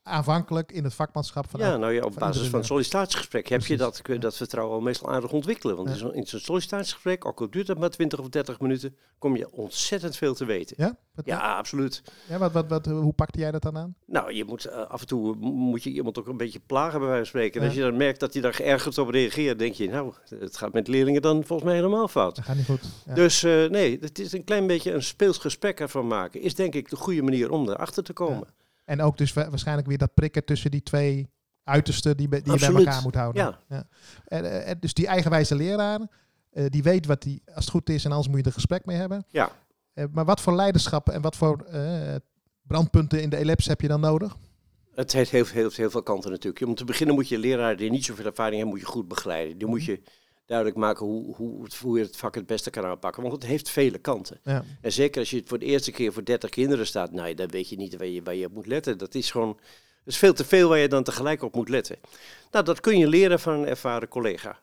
aanvankelijk in het vakmanschap van... Ja, nou ja, op van basis van het sollicitatiegesprek heb je dat, ja. dat vertrouwen al meestal aardig ontwikkelen. Want Ja. in zo'n sollicitatiegesprek, ook al duurt het maar twintig of dertig minuten, kom je ontzettend veel te weten. Ja? Wat, Ja, absoluut. ja wat, wat, wat, hoe pakte jij dat dan aan? Nou, je moet uh, af en toe moet je iemand ook een beetje plagen bij wijze van spreken. En Ja. als je dan merkt dat hij daar geërgerd op reageert, denk je, nou, het gaat met leerlingen dan volgens mij helemaal fout. Dat gaat niet goed. Ja. Dus uh, nee, het is een klein beetje een speels gesprek ervan maken. Is denk ik de goede manier om erachter te komen. Ja. En ook dus wa- waarschijnlijk weer dat prikken tussen die twee uitersten die, be- die je bij Absoluut. elkaar moet houden. Ja. Ja. En, en dus die eigenwijze leraar, uh, die weet wat die, als het goed is en anders moet je er gesprek mee hebben. Ja. Uh, maar wat voor leiderschap en wat voor uh, brandpunten in de ellipse heb je dan nodig? Het heeft heel, heel, heel veel kanten natuurlijk. Om te beginnen moet je leraar die niet zoveel ervaring heeft, moet je goed begeleiden. Die moet je duidelijk maken hoe, hoe, hoe je het vak het beste kan aanpakken. Want het heeft vele kanten. Ja. En zeker als je het voor de eerste keer voor dertig kinderen staat, nou, dan weet je niet waar je, waar je op moet letten. Dat is gewoon, dat is veel te veel waar je dan tegelijk op moet letten. Nou, dat kun je leren van een ervaren collega.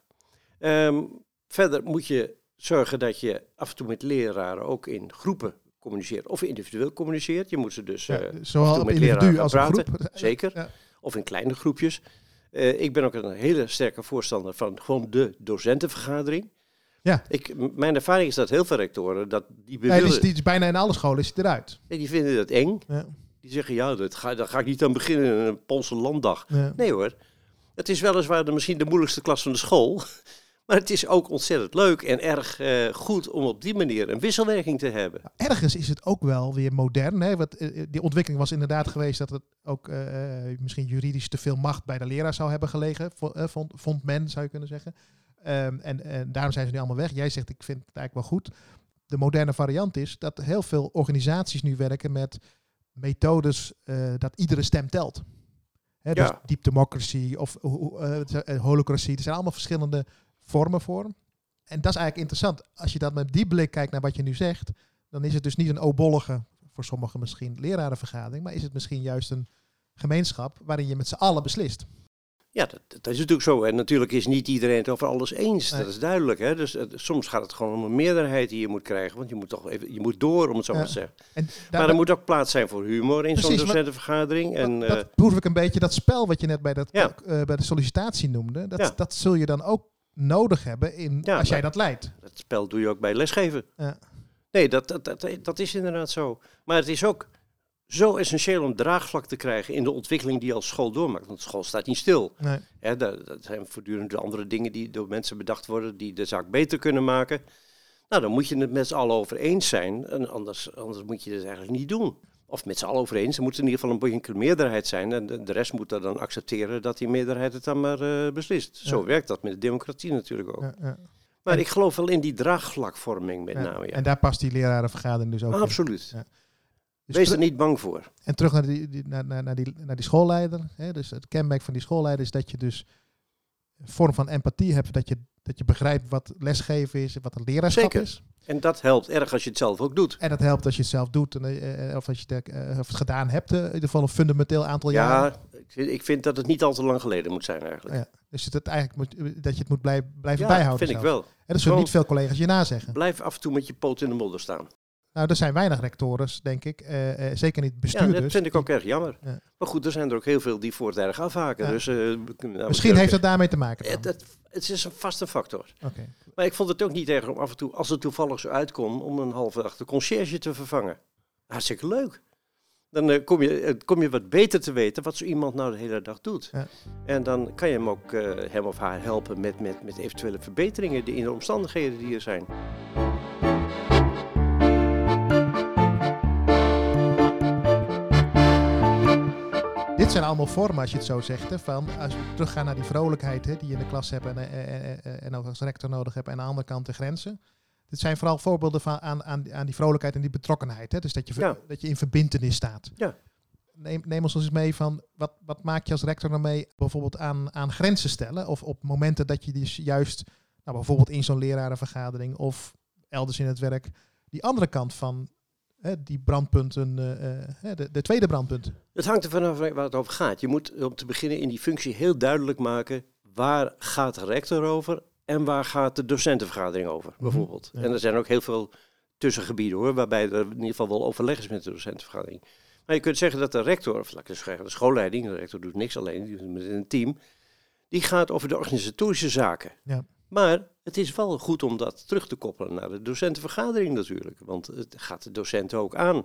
Um, verder moet je zorgen dat je af en toe met leraren ook in groepen communiceert of individueel communiceert. Je moet ze dus Ja, uh, zowel op met individu als op praten. groep. Zeker. Ja. Of in kleine groepjes. Uh, ik ben ook een hele sterke voorstander van gewoon de docentenvergadering. Ja. Ik, m- mijn ervaring is dat heel veel rectoren dat die Nee, bewillen, die, is, die is bijna in alle scholen is hij eruit. nee, die vinden dat eng. Ja. Die zeggen, ja, dat ga, daar ga ik niet aan beginnen in een Poolse landdag. Ja. Nee hoor, het is weliswaar de, misschien de moeilijkste klas van de school. Maar het is ook ontzettend leuk en erg uh, goed om op die manier een wisselwerking te hebben. Ergens is het ook wel weer modern. Hè? Want, uh, die ontwikkeling was inderdaad geweest dat het ook uh, misschien juridisch te veel macht bij de leraar zou hebben gelegen. Vo- uh, vond, vond men, zou je kunnen zeggen. Um, en, en daarom zijn ze nu allemaal weg. Jij zegt, ik vind het eigenlijk wel goed. De moderne variant is dat heel veel organisaties nu werken met methodes uh, dat iedere stem telt. Hè, dus Ja. deep democracy of uh, uh, holocracy. Er zijn allemaal verschillende vormen voor. En dat is eigenlijk interessant. Als je dat met die blik kijkt naar wat je nu zegt, dan is het dus niet een obollige, voor sommigen misschien lerarenvergadering, maar is het misschien juist een gemeenschap waarin je met z'n allen beslist. Ja, dat, dat is natuurlijk zo. En natuurlijk is niet iedereen het over alles eens. Nee. Dat is duidelijk. Hè? Dus uh, soms gaat het gewoon om een meerderheid die je moet krijgen. Want je moet toch even, je moet door, om het zo Ja. maar te zeggen. En daar, Maar er moet ook plaats zijn voor humor in zo'n Precies, maar- docentenvergadering. En, dat, uh, dat proef ik een beetje, dat spel wat je net bij, dat, Ja. uh, bij de sollicitatie noemde, dat, Ja. dat zul je dan ook nodig hebben in, Ja, als jij maar- dat leidt. dat spel doe je ook bij lesgeven. Ja. Nee, dat, dat, dat, dat is inderdaad zo. Maar het is ook zo essentieel om draagvlak te krijgen in de ontwikkeling die je als school doormaakt. Want school staat niet stil. Nee. Hè, dat, dat zijn voortdurend de andere dingen die door mensen bedacht worden, die de zaak beter kunnen maken. Nou, dan moet je het met z'n allen over eens zijn. En anders, anders moet je het eigenlijk niet doen. Of met z'n allen over eens. Er moet in ieder geval een enkele meerderheid zijn. En de, de rest moet er dan accepteren dat die meerderheid het dan maar uh, beslist. Ja. Zo werkt dat met de democratie natuurlijk ook. Ja, ja. Maar En- ik geloof wel in die draagvlakvorming met Ja. name. Ja. En daar past die lerarenvergadering dus ook in. Absoluut. Ja. Dus Wees ter- er niet bang voor. En terug naar die, die, naar, naar, naar, die, naar die schoolleider. Hè? Dus het kenmerk van die schoolleider is dat je dus een vorm van empathie hebt. Dat je, dat je begrijpt wat lesgeven is, wat een leraarschap Zeker. is. En dat helpt erg als je het zelf ook doet. En dat helpt als je het zelf doet. En, uh, of als je het, uh, of het gedaan hebt. Uh, in ieder geval een fundamenteel aantal jaren. Ja, ik vind, ik vind dat het niet al te lang geleden moet zijn eigenlijk. Ja. Dus het, het eigenlijk moet, dat je het moet blijf, blijven Ja, bijhouden. vind ik zelf. wel. En dat zullen Gewoon- niet veel collega's je nazeggen. Blijf af en toe met je poot in de modder staan. Nou, er zijn weinig rectores, denk ik. Uh, uh, zeker niet Ja, bestuurders. dat vind ik ook erg jammer. Ja. Maar goed, er zijn er ook heel veel die voor het erg afhaken. Ja. Dus, uh, we kunnen- nou, Misschien we- heeft het daarmee te maken. dan. Het, het, het is een vaste factor. Oké. Maar ik vond het ook niet erg om af en toe, als het toevallig zo uitkomt, om een halve dag de conciërge te vervangen. Hartstikke leuk. Dan uh, kom, je, uh, kom je wat beter te weten wat zo iemand nou de hele dag doet. Ja. En dan kan je hem ook, uh, hem of haar helpen met, met, met eventuele verbeteringen die in de omstandigheden die er zijn. Dit zijn allemaal vormen, als je het zo zegt, hè, van als we teruggaan naar die vrolijkheid hè, die je in de klas hebt en, en, en, en ook als rector nodig hebt en aan de andere kant de grenzen. Dit zijn vooral voorbeelden van aan, aan, aan die vrolijkheid en die betrokkenheid. Hè? Dus dat je, ver- Ja. dat je in verbintenis staat. Ja. Neem, neem ons eens mee van, wat, wat maak je als rector nou mee bijvoorbeeld aan, aan grenzen stellen? Of op momenten dat je dus juist, nou, bijvoorbeeld in zo'n lerarenvergadering of elders in het werk, die andere kant van hè, die brandpunten, uh, uh, de, de tweede brandpunt. Het hangt er vanaf waar het over gaat. Je moet om te beginnen in die functie heel duidelijk maken waar gaat de rector over en waar gaat de docentenvergadering over, bijvoorbeeld. Ja. En er zijn ook heel veel tussengebieden hoor, waarbij er in ieder geval wel overleg is met de docentenvergadering. Maar je kunt zeggen dat de rector, of laat ik eens zeggen, de schoolleiding, de rector doet niks alleen, die doet het met een team, die gaat over de organisatorische zaken. Ja. Maar het is wel goed om dat terug te koppelen naar de docentenvergadering natuurlijk. Want het gaat de docenten ook aan.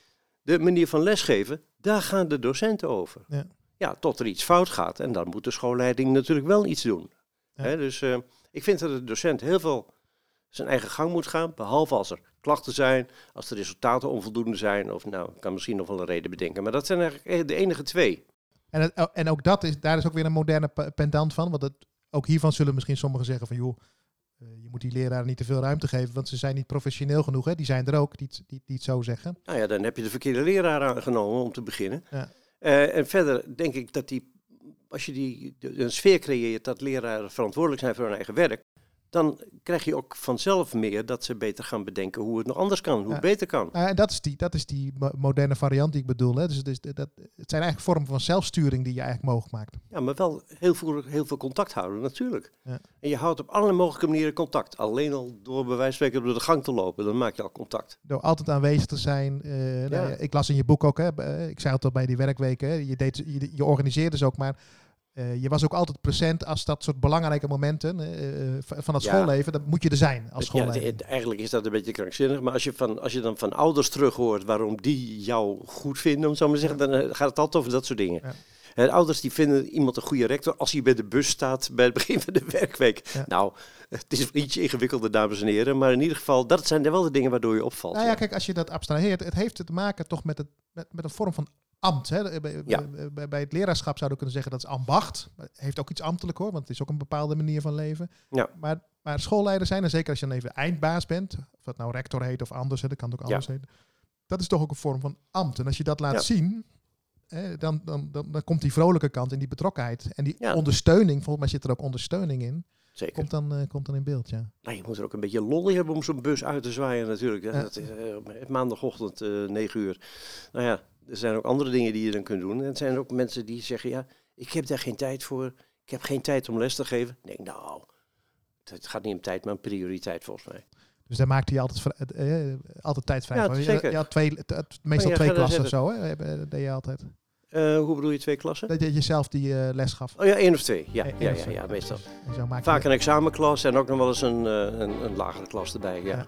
De manier van lesgeven, daar gaan de docenten over. Ja, ja tot er iets fout gaat. En dan moet de schoolleiding natuurlijk wel iets doen. Ja. Hè, dus uh, ik vind dat de docent heel veel zijn eigen gang moet gaan. Behalve als er klachten zijn, als de resultaten onvoldoende zijn. Of nou, ik kan misschien nog wel een reden bedenken. Maar dat zijn eigenlijk de enige twee. En, het, en ook dat is, daar is ook weer een moderne pendant van. Want het, ook hiervan zullen misschien sommigen zeggen van joh, uh, je moet die leraren niet te veel ruimte geven, want ze zijn niet professioneel genoeg. Hè? Die zijn er ook, die, die, die het zo zeggen. Nou ja, dan heb je de verkeerde leraar aangenomen om te beginnen. Ja. Uh, en verder denk ik dat die, als je die, een sfeer creëert dat leraren verantwoordelijk zijn voor hun eigen werk, dan krijg je ook vanzelf meer dat ze beter gaan bedenken hoe het nog anders kan, hoe ja. het beter kan. Uh, en dat is die, dat is die moderne variant die ik bedoel. Hè? Dus, dus dat, het zijn eigenlijk vormen van zelfsturing die je eigenlijk mogelijk maakt. Ja, maar wel heel veel, heel veel contact houden natuurlijk. Ja. En je houdt op allerlei mogelijke manieren contact. Alleen al door bij wijze van spreken door de gang te lopen, dan maak je al contact. Door altijd aanwezig te zijn. Uh, ja. nou ja, ik las in je boek ook, hè, ik zei het al bij die werkweken, hè, je, deed, je, je organiseerde ze ook, maar Uh, je was ook altijd present als dat soort belangrijke momenten uh, van het schoolleven. Ja. Dan moet je er zijn als schoolleider. Ja, eigenlijk is dat een beetje krankzinnig. Maar als je, van, als je dan van ouders terug hoort waarom die jou goed vinden, om zo maar te zeggen, ja. dan uh, gaat het altijd over dat soort dingen. Ja. Uh, ouders die vinden iemand een goede rector als hij bij de bus staat bij het begin van de werkweek. Ja. Nou, het is een ietsje ingewikkelder, dames en heren. Maar in ieder geval, dat zijn wel de dingen waardoor je opvalt. Nou ja, ja. kijk, als je dat abstraheert, het heeft te maken toch met, het, met, met een vorm van ambt. Hè. Bij, ja. bij, bij het leraarschap zouden we kunnen zeggen dat is ambacht. Het heeft ook iets ambtelijk hoor, want het is ook een bepaalde manier van leven. Ja. Maar, maar schoolleider zijn, en zeker als je dan even eindbaas bent, of dat nou rector heet of anders, hè, dat kan ook anders ja. heten. Dat is toch ook een vorm van ambt. En als je dat laat ja. zien, hè, dan, dan, dan, dan komt die vrolijke kant en die betrokkenheid. En die ja. ondersteuning, volgens mij zit er ook ondersteuning in. Zeker. Komt dan, uh, komt dan in beeld, ja. Nou, je moet er ook een beetje lol hebben om zo'n bus uit te zwaaien natuurlijk. Ja. Dat is uh, maandagochtend uh, negen uur. Nou ja, er zijn ook andere dingen die je dan kunt doen. En er zijn ook mensen die zeggen, ja, ik heb daar geen tijd voor. Ik heb geen tijd om les te geven. Ik denk, nou, het gaat niet om tijd, maar om prioriteit volgens mij. Dus daar maakte je altijd, uh, altijd tijd vrij ja, voor. Zeker. Je, je had twee, t- meestal ja, twee klassen of zo, hè? Dat deed je altijd. Uh, hoe bedoel je twee klassen? Dat je jezelf die uh, les gaf. Oh ja, één of twee. Ja, Eén ja, of ja, twee. ja, meestal. En zo maak Vaak je... een examenklas en ook nog wel eens een, uh, een, een lagere klas erbij, ja. ja.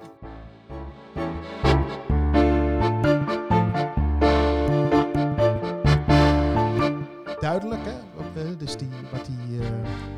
Duidelijk, hè? Dus die, wat die uh,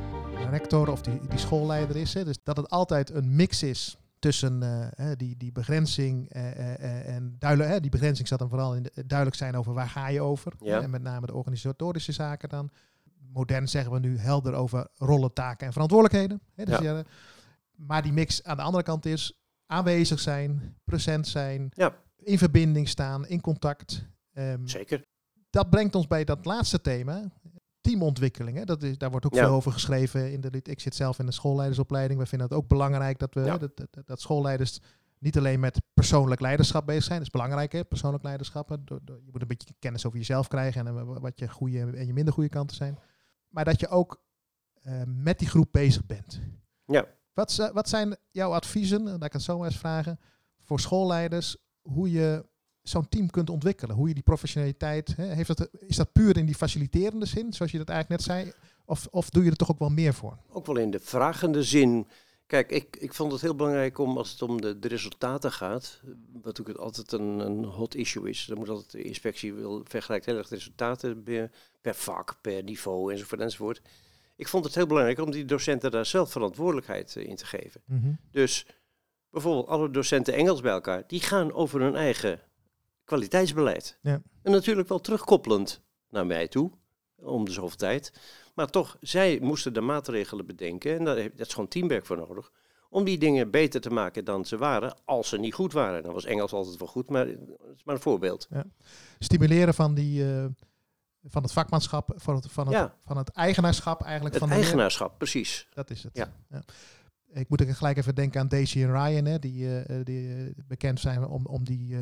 rector of die, die schoolleider is. Hè? Dus dat het altijd een mix is tussen uh, die, die begrenzing uh, uh, en duidelijk, uh, die begrenzing zat dan vooral in de, duidelijk zijn over waar ga je over. Ja. En met name de organisatorische zaken dan. Modern zeggen we nu helder over rollen, taken en verantwoordelijkheden. Hè? Dus ja. ja, maar die mix aan de andere kant is aanwezig zijn, present zijn, ja. in verbinding staan, in contact. Um, Zeker. Dat brengt ons bij dat laatste thema, teamontwikkeling. Hè? Dat is, daar wordt ook ja. veel over geschreven. In de, ik zit zelf in de schoolleidersopleiding. We vinden het ook belangrijk dat, we, ja. dat, dat, dat schoolleiders niet alleen met persoonlijk leiderschap bezig zijn. Dat is belangrijk, hè? Persoonlijk leiderschap. Door, door, je moet een beetje kennis over jezelf krijgen en wat je goede en je minder goede kanten zijn. Maar dat je ook uh, met die groep bezig bent. Ja. Wat, uh, wat zijn jouw adviezen, laat ik het zo maar eens vragen, voor schoolleiders, hoe je zo'n team kunt ontwikkelen? Hoe je die professionaliteit, hè, heeft dat, is dat puur in die faciliterende zin, zoals je dat eigenlijk net zei? Of, of doe je er toch ook wel meer voor? Ook wel in de vragende zin. Kijk, ik, ik vond het heel belangrijk om, als het om de, de resultaten gaat, wat ook altijd een, een hot issue is, dan moet altijd de inspectie wil vergelijkt heel erg de resultaten per, per vak, per niveau enzovoort enzovoort. Ik vond het heel belangrijk om die docenten daar zelf verantwoordelijkheid in te geven. Mm-hmm. Dus bijvoorbeeld alle docenten Engels bij elkaar, die gaan over hun eigen kwaliteitsbeleid. Ja. En natuurlijk wel terugkoppelend naar mij toe, om de zoveel tijd. Maar toch, zij moesten de maatregelen bedenken, en daar is gewoon teamwerk voor nodig, om die dingen beter te maken dan ze waren, als ze niet goed waren. Dan was Engels altijd wel goed, maar dat is maar een voorbeeld. Ja. Stimuleren van, die, uh, van het vakmanschap, van het, van het, ja. van het eigenaarschap eigenlijk. Het van eigenaarschap, de precies. Dat is het. Ja. Ja. Ik moet er gelijk even denken aan Daisy en Ryan, hè, die, uh, die uh, bekend zijn om, om die uh,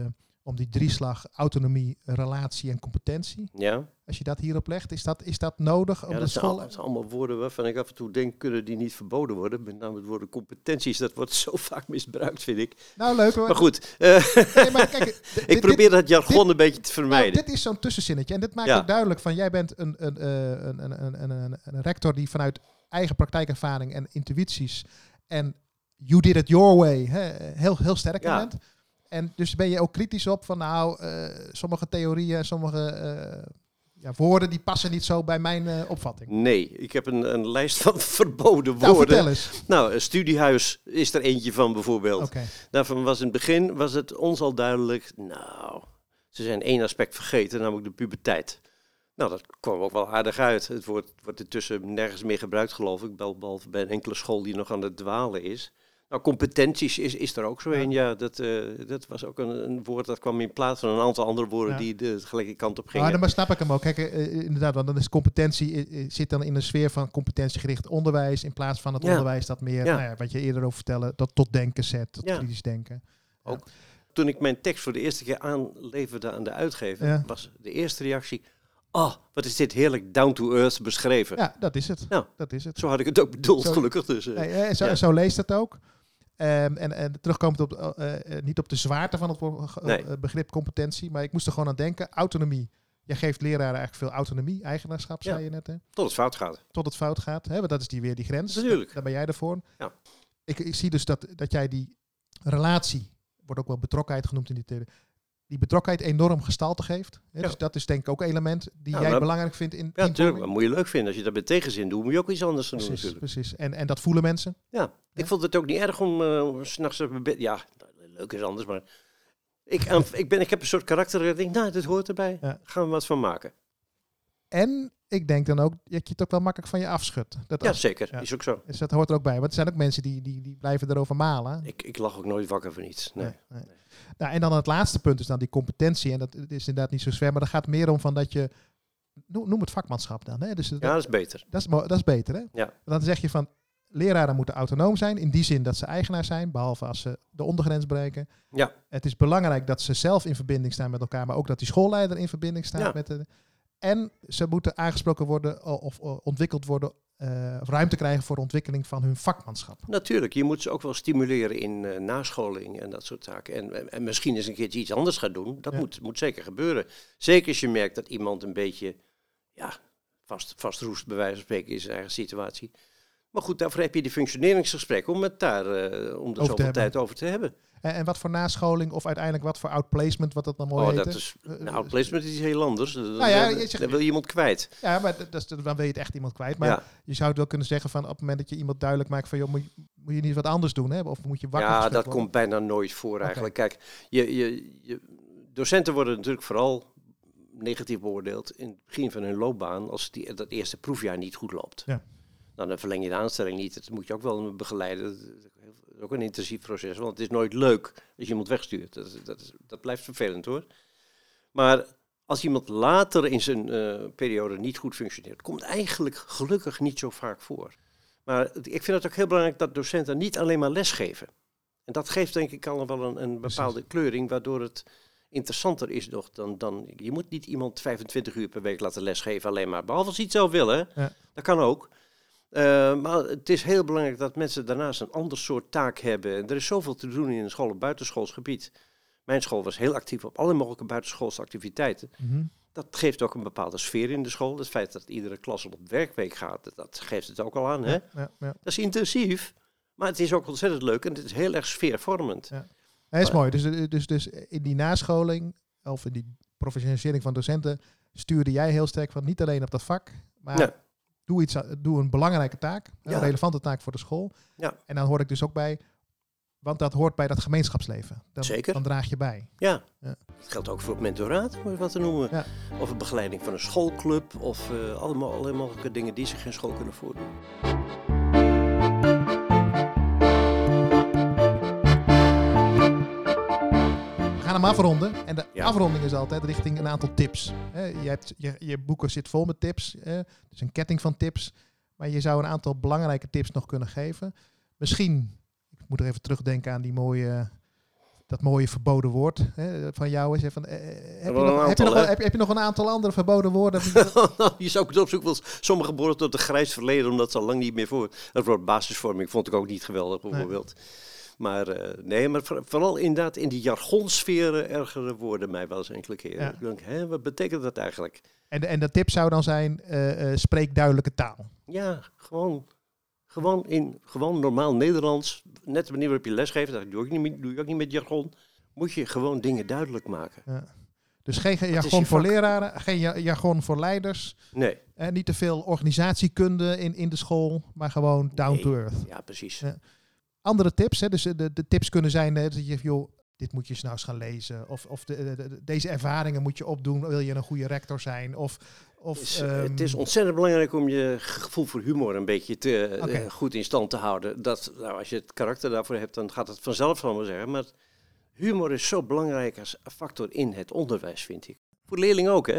om die drieslag autonomie, relatie en competentie. Ja. Als je dat hierop legt, is dat, is dat nodig? Om Ja, de dat, school... zijn al, dat zijn allemaal woorden waarvan ik af en toe denk, kunnen die niet verboden worden? Met name het woord competenties, dat wordt zo vaak misbruikt, vind ik. Nou, leuk hoor. Maar goed, uh, Nee, maar kijk, d- ik dit- probeer dat jargon dit- een beetje te Nou, vermijden. dit is zo'n tussenzinnetje. En dit maakt Ja. ook duidelijk van, jij bent een, een, eh, een, een, een, een, een rector die vanuit eigen praktijkervaring en intuïties en you did it your way, hè, heel, heel sterk in Ja. bent. En dus ben je ook kritisch op van, nou, uh, sommige theorieën, sommige uh, ja, woorden, die passen niet zo bij mijn uh, opvatting. Nee, ik heb een, een lijst van verboden Nou, woorden. vertel eens. Nou, een studiehuis is er eentje van bijvoorbeeld. Okay. Daarvan was in het begin, was het ons al duidelijk, nou, ze zijn één aspect vergeten, namelijk de puberteit. Nou, dat kwam ook wel aardig uit. Het woord wordt intussen nergens meer gebruikt, geloof ik, behalve bij een enkele school die nog aan het dwalen is. Nou, competenties is, is er ook zo een. Ja, dat, uh, dat was ook een, een woord dat kwam in plaats van een aantal andere woorden ja. die de gelijke kant op gingen. Maar dan snap ik hem ook. Kijk, uh, inderdaad, want dan is competentie uh, zit dan in de sfeer van competentiegericht onderwijs in plaats van het ja. onderwijs dat meer, ja. Nou ja, wat je eerder over vertelde, dat tot denken zet, tot ja. kritisch denken. Ook. Ja. Toen ik mijn tekst voor de eerste keer aanleverde aan de uitgever, ja. was de eerste reactie: oh, wat is dit heerlijk down to earth beschreven. Ja, dat is het. Nou, dat is het. Zo had ik het ook bedoeld, zo, gelukkig. Dus, uh, nee, en zo, ja. zo leest het ook. Um, en, en terugkomend op, uh, uh, niet op de zwaarte van het uh, nee. begrip competentie, maar ik moest er gewoon aan denken. Autonomie. Jij geeft leraren eigenlijk veel autonomie, eigenaarschap, ja. zei je net. Hè? Tot het fout gaat. Tot het fout gaat. Hè? Want dat is die weer die grens. Natuurlijk. Daar ben jij ervoor. Ja. Ik, ik zie dus dat, dat jij die relatie, wordt ook wel betrokkenheid genoemd in die theorie, die betrokkenheid enorm gestalte geeft. Hè? Ja. Dus dat is denk ik ook een element die ja, jij maar, belangrijk vindt in Ja, natuurlijk. Dat moet je leuk vinden. Als je dat met tegenzin doet, moet je ook iets anders precies, doen natuurlijk. Precies. En, en dat voelen mensen. Ja, ja. Ik vond het ook niet erg om uh, s'nachts op bed... Ja, leuk is anders, maar... Ik, um, ik, ben, ik heb een soort karakter dat ik denk, nou, dit hoort erbij. Ja. Gaan we wat van maken. En ik denk dan ook dat je het ook wel makkelijk van je afschudt. Dat ja, als, zeker. Ja. Is ook zo. Dus dat hoort er ook bij. Want er zijn ook mensen die, die, die blijven erover malen. Ik, ik lag ook nooit wakker voor niets. Nee. Nee, nee. nee. Nou, en dan het laatste punt is dan die competentie. En dat is inderdaad niet zo zwaar. Maar dat gaat meer om van dat je... Noem het vakmanschap dan. Hè? Dus ja, dat, dat is beter. Dat is, dat is beter, hè? Ja. Dan zeg je van... Leraren moeten autonoom zijn. In die zin dat ze eigenaar zijn. Behalve als ze de ondergrens breken. Ja. Het is belangrijk dat ze zelf in verbinding staan met elkaar. Maar ook dat die schoolleider in verbinding staat ja. met de... En ze moeten aangesproken worden of ontwikkeld worden, uh, of ruimte krijgen voor de ontwikkeling van hun vakmanschap. Natuurlijk, je moet ze ook wel stimuleren in uh, nascholing en dat soort zaken. En, en, en misschien eens een keertje iets anders gaan doen. Dat ja. moet, moet zeker gebeuren. Zeker als je merkt dat iemand een beetje ja, vast, vastroest, bij wijze van spreken, in zijn eigen situatie. Maar goed, daarvoor heb je die functioneringsgesprekken om het daar uh, om er zoveel tijd over te hebben. En, en wat voor nascholing of uiteindelijk wat voor outplacement, wat dat dan mooi oh, heet? Dat is, nou, outplacement is heel anders. Dan, nou ja, je zegt, dan wil je iemand kwijt. Ja, maar dat is, dan wil je het echt iemand kwijt. Maar ja. je zou het wel kunnen zeggen van op het moment dat je iemand duidelijk maakt van joh, moet je, moet je niet wat anders doen, hè? Of moet je wakker Ja, dat worden? komt bijna nooit voor eigenlijk. Okay. Kijk, je, je, je, docenten worden natuurlijk vooral negatief beoordeeld in het begin van hun loopbaan als die, dat eerste proefjaar niet goed loopt. Ja. Nou, dan verleng je de aanstelling niet. Dat moet je ook wel begeleiden. Dat is ook een intensief proces. Want het is nooit leuk als je iemand wegstuurt. Dat, dat, is, dat blijft vervelend hoor. Maar als iemand later in zijn uh, periode niet goed functioneert, komt eigenlijk gelukkig niet zo vaak voor. Maar ik vind het ook heel belangrijk dat docenten niet alleen maar lesgeven. En dat geeft denk ik al wel een, een bepaalde Precies. kleuring, waardoor het interessanter is nog dan, dan... Je moet niet iemand vijfentwintig uur per week laten lesgeven alleen maar. Behalve als hij het zelf wil, hè. Ja. Dat kan ook. Uh, maar het is heel belangrijk dat mensen daarnaast een ander soort taak hebben. En er is zoveel te doen in een school- en buitenschoolsgebied. Mijn school was heel actief op alle mogelijke buitenschoolse activiteiten. Mm-hmm. Dat geeft ook een bepaalde sfeer in de school. Het feit dat iedere klas op werkweek gaat, dat geeft het ook al aan. Hè? Ja, ja, ja. Dat is intensief, maar het is ook ontzettend leuk en het is heel erg sfeervormend. Ja. Dat is maar, mooi. Dus, dus, dus in die nascholing, of in die professionalisering van docenten, stuurde jij heel sterk van niet alleen op dat vak, maar... Ja. Doe, iets, doe een belangrijke taak, ja. een relevante taak voor de school. Ja. En dan hoor ik dus ook bij, want dat hoort bij dat gemeenschapsleven. Dan, Zeker. Dan draag je bij. Ja, ja. Dat geldt ook voor het mentoraat, om wat te noemen. Ja. Of de begeleiding van een schoolclub, of uh, allemaal, alle mogelijke dingen die zich geen school kunnen voordoen. We gaan hem afronden. En de ja. afronding is altijd richting een aantal tips. He, je, hebt, je, je boeken zit vol met tips. Het is een ketting van tips. Maar je zou een aantal belangrijke tips nog kunnen geven. Misschien, ik moet er even terugdenken aan die mooie dat mooie verboden woord hè, van jou is. Van, eh, heb, je een nog, aantal, heb, je nog, hè? heb, je, heb je nog een aantal andere verboden woorden? Je zou het opzoeken, want sommige behoren tot een grijs verleden, omdat ze al lang niet meer voor. Dat woord basisvorming vond ik ook niet geweldig, bijvoorbeeld. Nee. Maar uh, nee, maar voor, vooral inderdaad in die jargonsferen ergere woorden mij wel eens enkele keren. Ja. Ik denk, hè, wat betekent dat eigenlijk? En de, en de tip zou dan zijn, uh, uh, spreek duidelijke taal. Ja, gewoon, gewoon in gewoon normaal Nederlands. Net de manier waarop je lesgeeft, dat doe ik niet, doe ik ook niet met jargon. Moet je gewoon dingen duidelijk maken. Ja. Dus geen jargon voor leraren, geen jargon voor leiders. Nee. Eh, niet te veel organisatiekunde in, in de school, maar gewoon down nee. to earth. Ja, precies. Ja. Andere tips, hè? Dus de, de tips kunnen zijn hè, dat je, joh, dit moet je nou eens gaan lezen. Of, of de, de, de, deze ervaringen moet je opdoen, wil je een goede rector zijn. Of, of, het, is, um... het is ontzettend belangrijk om je gevoel voor humor een beetje te, okay. uh, goed in stand te houden. Dat, nou, als je het karakter daarvoor hebt, dan gaat het vanzelf van me zeggen. Maar humor is zo belangrijk als factor in het onderwijs, vind ik. Voor leerlingen ook, hè?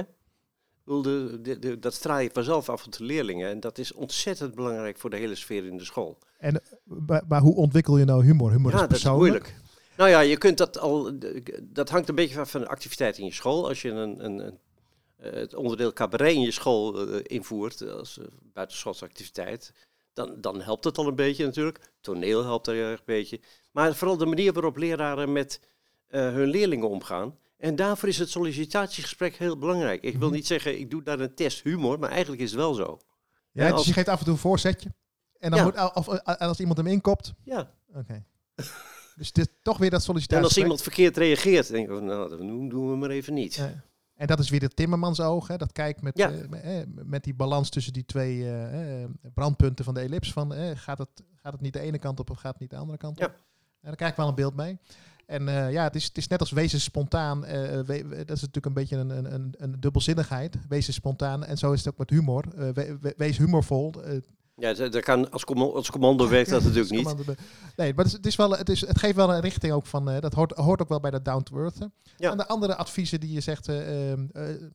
De, de, de, dat straal je vanzelf af op de leerlingen. En dat is ontzettend belangrijk voor de hele sfeer in de school. En, maar, maar hoe ontwikkel je nou humor? Humor ja, is persoonlijk. Dat is moeilijk. Nou ja, je kunt dat al. Dat hangt een beetje van de activiteit in je school. Als je een, een, een, het onderdeel cabaret in je school uh, invoert als uh, buitenschoolse activiteit, dan, dan helpt het al een beetje natuurlijk. Toneel helpt er erg een beetje. Maar vooral de manier waarop leraren met uh, hun leerlingen omgaan. En daarvoor is het sollicitatiegesprek heel belangrijk. Ik wil niet zeggen, ik doe daar een test humor, maar eigenlijk is het wel zo. Ja, dus als... je geeft af en toe een voorzetje. En dan ja. moet, of, als iemand hem inkopt. Ja. Oké. Okay. Dus dit, toch weer dat sollicitatiegesprek. En als iemand verkeerd reageert, denk ik, nou, dat doen we maar even niet. Ja. En dat is weer het timmermansoog. Hè? Dat kijkt met, ja. uh, met, met die balans tussen die twee uh, brandpunten van de ellips. Van, uh, gaat, het, gaat het niet de ene kant op of gaat het niet de andere kant op? Ja. En daar krijg ik wel een beeld mee. En uh, ja, het is, het is net als wezen spontaan. Uh, we, we, dat is natuurlijk een beetje een, een, een dubbelzinnigheid. Wezen spontaan. En zo is het ook met humor. Uh, we, we, wees humorvol. Uh, ja, dat kan als, commando, als commando werkt dat natuurlijk niet. Commando, nee, maar het, is, het, is wel, het, is, het geeft wel een richting ook van. Uh, dat hoort, hoort ook wel bij dat down to earth. Ja. En de andere adviezen die je zegt. Uh, uh,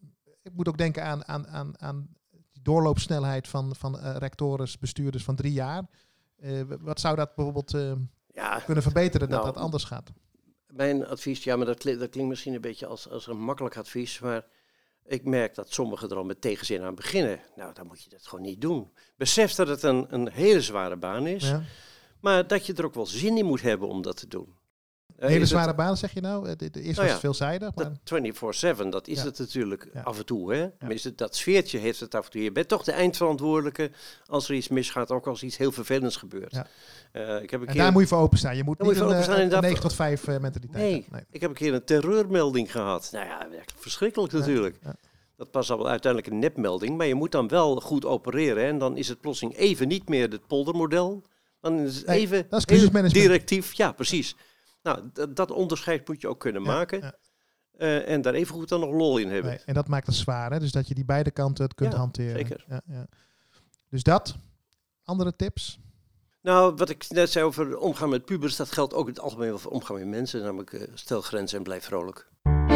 ik moet ook denken aan, aan, aan, aan die doorloopsnelheid van, van uh, rectores, bestuurders van drie jaar. Uh, wat zou dat bijvoorbeeld uh, ja, kunnen verbeteren dat nou, dat anders gaat? Mijn advies, ja, maar dat, dat klinkt misschien een beetje als, als een makkelijk advies, maar ik merk dat sommigen er al met tegenzin aan beginnen. Nou, dan moet je dat gewoon niet doen. Besef dat het een, een hele zware baan is, ja. maar dat je er ook wel zin in moet hebben om dat te doen. Een hele zware het, baan, zeg je nou? De, de eerste nou was ja, veelzijdig. Maar... vierentwintig zeven, dat is ja. het natuurlijk ja. af en toe. Hè? Ja. Dat sfeertje heeft het af en toe. Je bent toch de eindverantwoordelijke als er iets misgaat, ook als iets heel vervelends gebeurt. Ja. Uh, ik heb een en keer daar moet je voor openstaan. Je moet daar niet moet je een, openstaan, een negen tot vijf uh, mentaliteit nee, nee, ik heb een keer een terreurmelding gehad. Nou ja, verschrikkelijk ja. natuurlijk. Ja. Dat was al uiteindelijk een nepmelding, maar je moet dan wel goed opereren. Hè? En dan is het plotseling even niet meer het poldermodel. Dan is het nee, even dat is crisismanagement. Directief. Ja, precies. Nou, d- dat onderscheid moet je ook kunnen ja, maken. Ja. Uh, en daar even goed dan nog lol in hebben. Nee, en dat maakt het zwaar, hè? Dus dat je die beide kanten het kunt ja, hanteren. Zeker. Ja, ja. Dus dat. Andere tips? Nou, wat ik net zei over omgaan met pubers, dat geldt ook in het algemeen wel voor omgaan met mensen. Namelijk uh, stel grenzen en blijf vrolijk.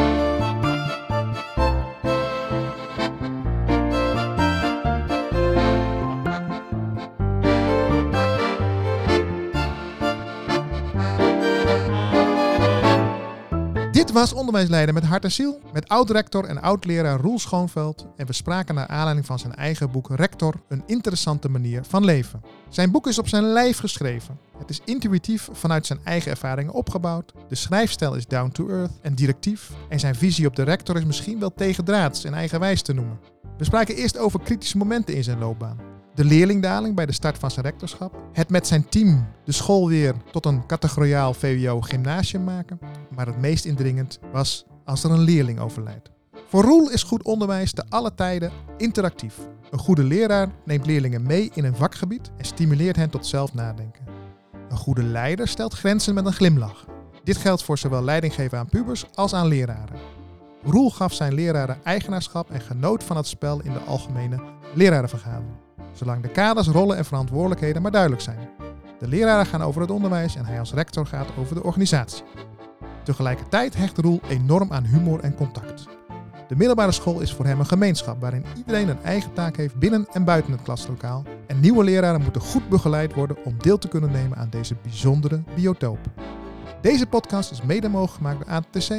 Dit was Onderwijsleider met hart en ziel, met oud-rector en oud-leraar Roel Schoonveld. En we spraken naar aanleiding van zijn eigen boek Rector, een interessante manier van leven. Zijn boek is op zijn lijf geschreven. Het is intuïtief vanuit zijn eigen ervaringen opgebouwd. De schrijfstijl is down to earth en directief. En zijn visie op de rector is misschien wel tegendraads en eigenwijs te noemen. We spraken eerst over kritische momenten in zijn loopbaan. De leerlingdaling bij de start van zijn rectorschap. Het met zijn team de school weer tot een categoriaal V W O-gymnasium maken. Maar het meest indringend was als er een leerling overlijdt. Voor Roel is goed onderwijs te alle tijden interactief. Een goede leraar neemt leerlingen mee in een vakgebied en stimuleert hen tot zelf nadenken. Een goede leider stelt grenzen met een glimlach. Dit geldt voor zowel leidinggeven aan pubers als aan leraren. Roel gaf zijn leraren eigenaarschap en genoot van het spel in de algemene lerarenvergadering. Zolang de kaders, rollen en verantwoordelijkheden maar duidelijk zijn. De leraren gaan over het onderwijs en hij als rector gaat over de organisatie. Tegelijkertijd hecht Roel enorm aan humor en contact. De middelbare school is voor hem een gemeenschap waarin iedereen een eigen taak heeft binnen en buiten het klaslokaal. En nieuwe leraren moeten goed begeleid worden om deel te kunnen nemen aan deze bijzondere biotoop. Deze podcast is mede mogelijk gemaakt door A T C,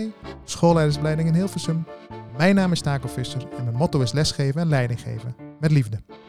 schoolleidersbeleiding in Hilversum. Mijn naam is Taco Visser en mijn motto is lesgeven en leiding geven met liefde.